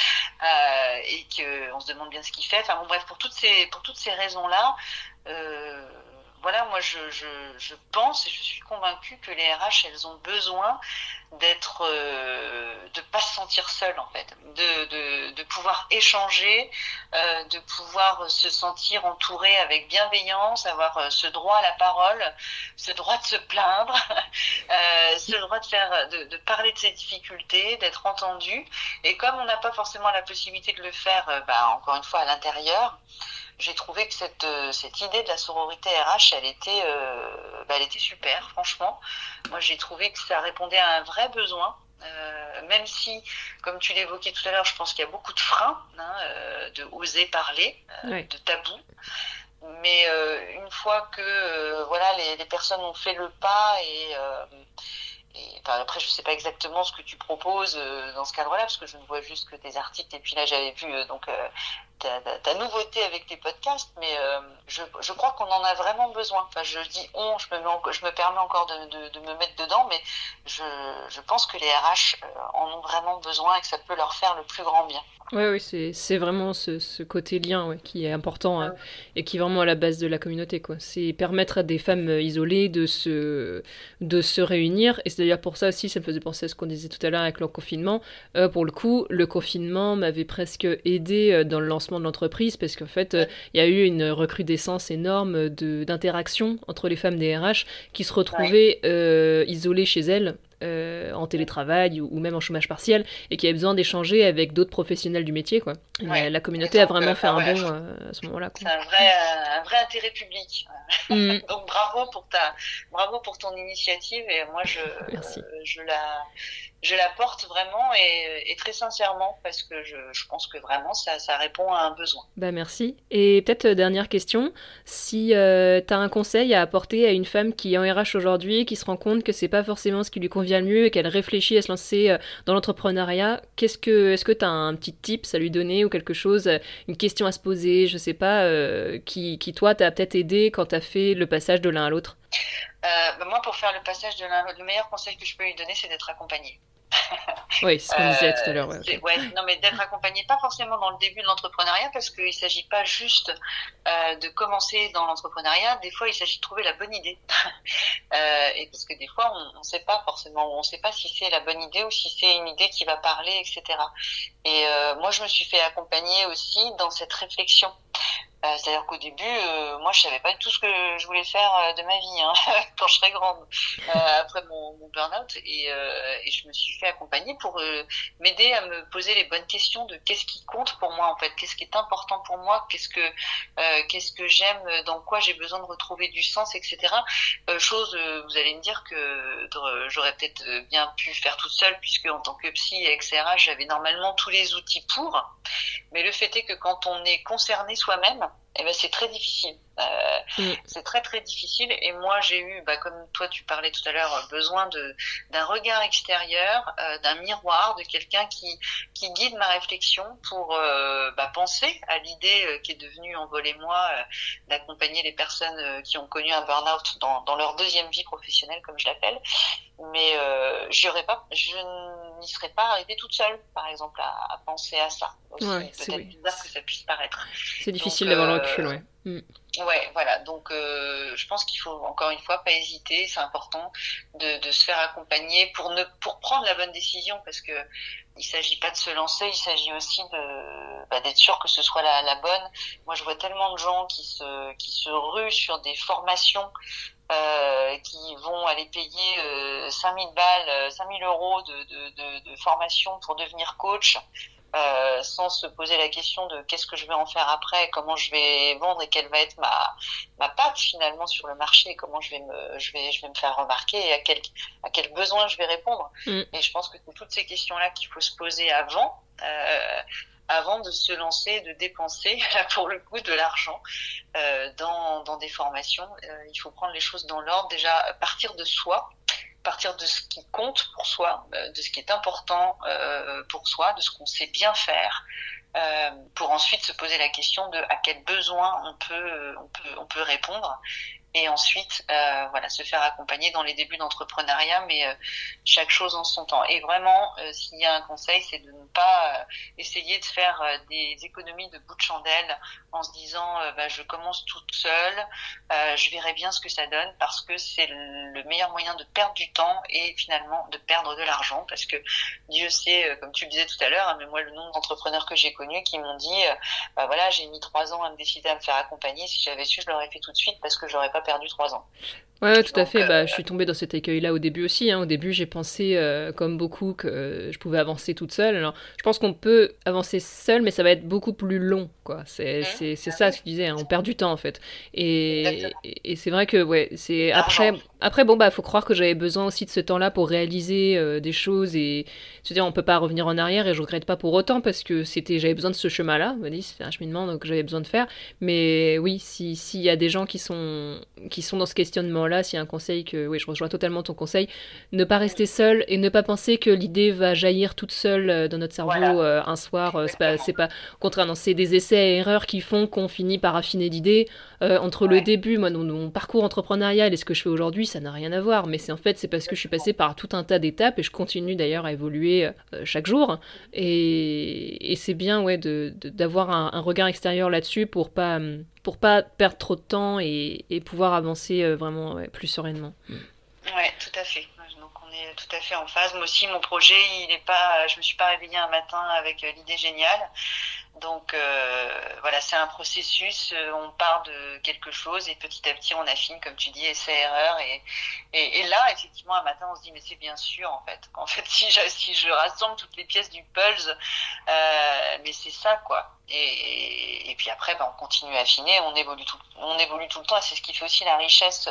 et qu'on se demande bien ce qu'il fait. Enfin bon, bref, pour toutes ces raisons-là, voilà, moi je pense et je suis convaincue que les RH elles ont besoin de pas se sentir seules en fait, de pouvoir échanger, de pouvoir se sentir entourées avec bienveillance, avoir ce droit à la parole, ce droit de se plaindre, ce droit de parler de ses difficultés, d'être entendu. Et comme on n'a pas forcément la possibilité de le faire, encore une fois à l'intérieur, j'ai trouvé que cette idée de la sororité RH, elle était super, franchement. Moi, j'ai trouvé que ça répondait à un vrai besoin même si, comme tu l'évoquais tout à l'heure, je pense qu'il y a beaucoup de freins, de oser parler, de tabous. Mais une fois que voilà, les personnes ont fait le pas après, je sais pas exactement ce que tu proposes dans ce cadre-là, parce que je ne vois juste que tes articles. Et puis là, j'avais vu ta nouveauté avec tes podcasts, mais je crois qu'on en a vraiment besoin. Enfin, je dis je me permets encore de me mettre dedans, mais je pense que les RH en ont vraiment besoin et que ça peut leur faire le plus grand bien. Oui, c'est vraiment ce côté lien qui est important et qui est vraiment à la base de la communauté, quoi. C'est permettre à des femmes isolées de se réunir. Et c'est d'ailleurs pour ça aussi, ça me faisait penser à ce qu'on disait tout à l'heure avec le confinement. Pour le coup, le confinement m'avait presque aidé dans le lancement de l'entreprise parce qu'en fait, il y a eu une recrudescence énorme d'interaction entre les femmes des RH qui se retrouvaient isolées chez elles. En télétravail ou même en chômage partiel et qui avait besoin d'échanger avec d'autres professionnels du métier, quoi. La communauté a vraiment fait un bond à ce moment-là, quoi. C'est un vrai intérêt public. Donc bravo pour ton initiative et moi je la porte vraiment et très sincèrement parce que je pense que vraiment ça répond à un besoin. Merci. Et peut-être dernière question, si tu as un conseil à apporter à une femme qui est en RH aujourd'hui, qui se rend compte que c'est pas forcément ce qui lui convient le mieux et qu'elle réfléchit à se lancer dans l'entrepreneuriat, est-ce que tu as un petit tips à lui donner ou quelque chose, une question à se poser, je sais pas, qui toi t'a peut-être aidé quand tu as fait le passage de l'un à l'autre? Moi, pour faire le passage de l'un, le meilleur conseil que je peux lui donner, c'est d'être accompagnée. Oui, c'est ce qu'on disait tout à l'heure. Non, mais d'être accompagné, pas forcément dans le début de l'entrepreneuriat, parce qu'il ne s'agit pas juste de commencer dans l'entrepreneuriat. Des fois, il s'agit de trouver la bonne idée. Et parce que des fois, on ne sait pas forcément, on ne sait pas si c'est la bonne idée ou si c'est une idée qui va parler, etc. Et moi, je me suis fait accompagner aussi dans cette réflexion. C'est-à-dire qu'au début, moi, je savais pas du tout ce que je voulais faire de ma vie quand je serai grande, après mon burn-out, et je me suis fait accompagner pour m'aider à me poser les bonnes questions de qu'est-ce qui compte pour moi en fait, qu'est-ce qui est important pour moi, qu'est-ce que j'aime, dans quoi j'ai besoin de retrouver du sens, etc. Vous allez me dire que j'aurais peut-être bien pu faire toute seule puisque en tant que psy et etc. j'avais normalement tous les outils pour, mais le fait est que quand on est concerné soi-même, c'est très difficile. C'est très très difficile. Et moi, j'ai eu, comme toi tu parlais tout à l'heure, besoin d'un regard extérieur, d'un miroir, de quelqu'un qui guide ma réflexion pour penser à l'idée qui est devenue Envolez-moi, d'accompagner les personnes qui ont connu un burn-out dans leur deuxième vie professionnelle, comme je l'appelle. Mais je n'y serais pas arrivée toute seule, par exemple, à penser à ça. Aussi, peut-être bizarre que ça puisse paraître. C'est difficile d'avoir le recul, ouais. Ouais, voilà. Donc, je pense qu'il faut encore une fois pas hésiter. C'est important de se faire accompagner pour prendre la bonne décision, parce que il s'agit pas de se lancer, il s'agit aussi d'être sûr que ce soit la bonne. Moi, je vois tellement de gens qui se ruent sur des formations. Qui vont aller payer 5000 balles, 5000 euros de formation pour devenir coach, sans se poser la question de qu'est-ce que je vais en faire après, comment je vais vendre et quelle va être ma patte finalement sur le marché, et comment je vais me faire remarquer et à quel besoin je vais répondre. Et je pense que c'est toutes ces questions-là qu'il faut se poser avant de se lancer, de dépenser, là pour le coup, de l'argent dans des formations. Il faut prendre les choses dans l'ordre, déjà partir de soi, partir de ce qui compte pour soi, de ce qui est important pour soi, de ce qu'on sait bien faire, pour ensuite se poser la question de à quel besoin on peut répondre. Et ensuite, se faire accompagner dans les débuts d'entrepreneuriat, mais chaque chose en son temps. Et vraiment, s'il y a un conseil, c'est de ne pas essayer de faire des économies de bout de chandelle en se disant je commence toute seule, je verrai bien ce que ça donne, parce que c'est le meilleur moyen de perdre du temps et finalement de perdre de l'argent, parce que Dieu sait, comme tu le disais tout à l'heure, mais moi le nombre d'entrepreneurs que j'ai connus qui m'ont dit j'ai mis 3 ans à me décider à me faire accompagner, si j'avais su je l'aurais fait tout de suite parce que j'aurais pas perdu 3 ans. Ouais, tout à Donc, fait. Je suis tombée dans cet écueil-là au début aussi, hein. Au début, j'ai pensé, comme beaucoup, que je pouvais avancer toute seule. Alors, je pense qu'on peut avancer seule, mais ça va être beaucoup plus long, quoi. C'est ça, ce que tu disais, hein. On perd du temps, en fait. exactement. Et c'est vrai que, ouais, c'est L'argent. après, bon, faut croire que j'avais besoin aussi de ce temps-là pour réaliser des choses et se dire, on peut pas revenir en arrière et je regrette pas pour autant parce que j'avais besoin de ce chemin-là. On m'a dit, c'est un cheminement donc, que j'avais besoin de faire. Mais oui, s'il y a des gens qui sont dans ce questionnement-là, s'il y a un conseil que, oui, je rejoins totalement ton conseil, ne pas rester seul et ne pas penser que l'idée va jaillir toute seule dans notre cerveau Voilà, un soir. exactement. C'est pas, au contraire, non, c'est des essais et erreurs qui font qu'on finit par affiner l'idée. Entre le Ouais, début, moi, mon parcours entrepreneurial et ce que je fais aujourd'hui, ça n'a rien à voir. Mais c'est parce que je suis passée exactement. par tout un tas d'étapes et je continue d'ailleurs à évoluer chaque jour. Et c'est bien, ouais, d'avoir un regard extérieur là-dessus pour pas perdre trop de temps et pouvoir avancer vraiment ouais, plus sereinement. Ouais, tout à fait. Donc on est tout à fait en phase. Moi aussi, mon projet, il est pas. Je me suis pas réveillée un matin avec l'idée géniale. Donc voilà, c'est un processus. On part de quelque chose et petit à petit, on affine, comme tu dis, essai-erreur. Et là, effectivement, un matin, on se dit, mais c'est bien sûr, en fait. En fait, si je rassemble toutes les pièces du puzzle, mais c'est ça, quoi. Et puis après, on continue à affiner, on évolue tout le temps. Et c'est ce qui fait aussi la richesse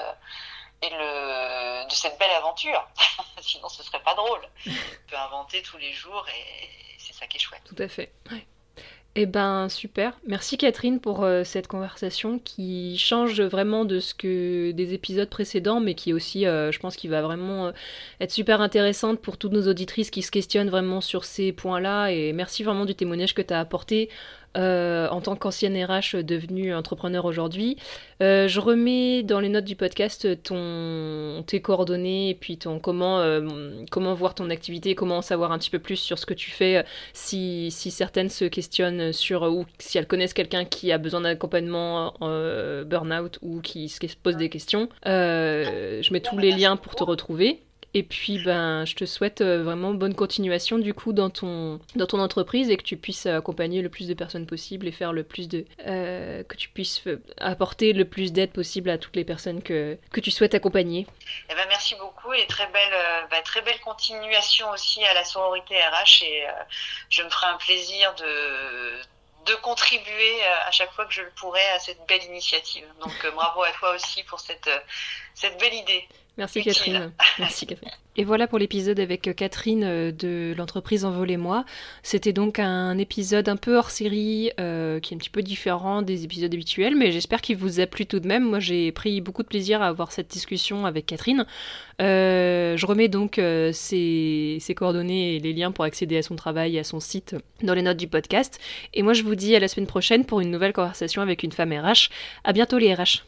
de cette belle aventure. Sinon, ce serait pas drôle. On peut inventer tous les jours et c'est ça qui est chouette. Tout à fait. Ouais. Eh ben super. Merci Catherine pour cette conversation qui change vraiment de ce que des épisodes précédents, mais qui est aussi, je pense, qui va vraiment être super intéressante pour toutes nos auditrices qui se questionnent vraiment sur ces points-là. Et merci vraiment du témoignage que tu as apporté en tant qu'ancienne RH devenue entrepreneur aujourd'hui. Je remets dans les notes du podcast tes coordonnées et puis comment voir ton activité, comment en savoir un petit peu plus sur ce que tu fais si certaines se questionnent sur ou si elles connaissent quelqu'un qui a besoin d'accompagnement burn-out ou qui se pose des questions. Je mets tous les Merci liens pour te beaucoup. retrouver. Et puis, je te souhaite vraiment bonne continuation du coup dans ton entreprise et que tu puisses accompagner le plus de personnes possible et faire le plus que tu puisses apporter le plus d'aide possible à toutes les personnes que tu souhaites accompagner. Eh ben, merci beaucoup et très belle continuation aussi à la sororité RH et je me ferai un plaisir de contribuer à chaque fois que je le pourrai à cette belle initiative. Donc bravo à toi aussi pour cette belle idée. Merci Utile. Catherine. Merci Catherine. Et voilà pour l'épisode avec Catherine de l'entreprise Envolez-moi. C'était donc un épisode un peu hors série qui est un petit peu différent des épisodes habituels, mais j'espère qu'il vous a plu tout de même. Moi j'ai pris beaucoup de plaisir à avoir cette discussion avec Catherine. Je remets donc ses coordonnées et les liens pour accéder à son travail et à son site dans les notes du podcast. Et moi je vous dis à la semaine prochaine pour une nouvelle conversation avec une femme RH. À bientôt les RH.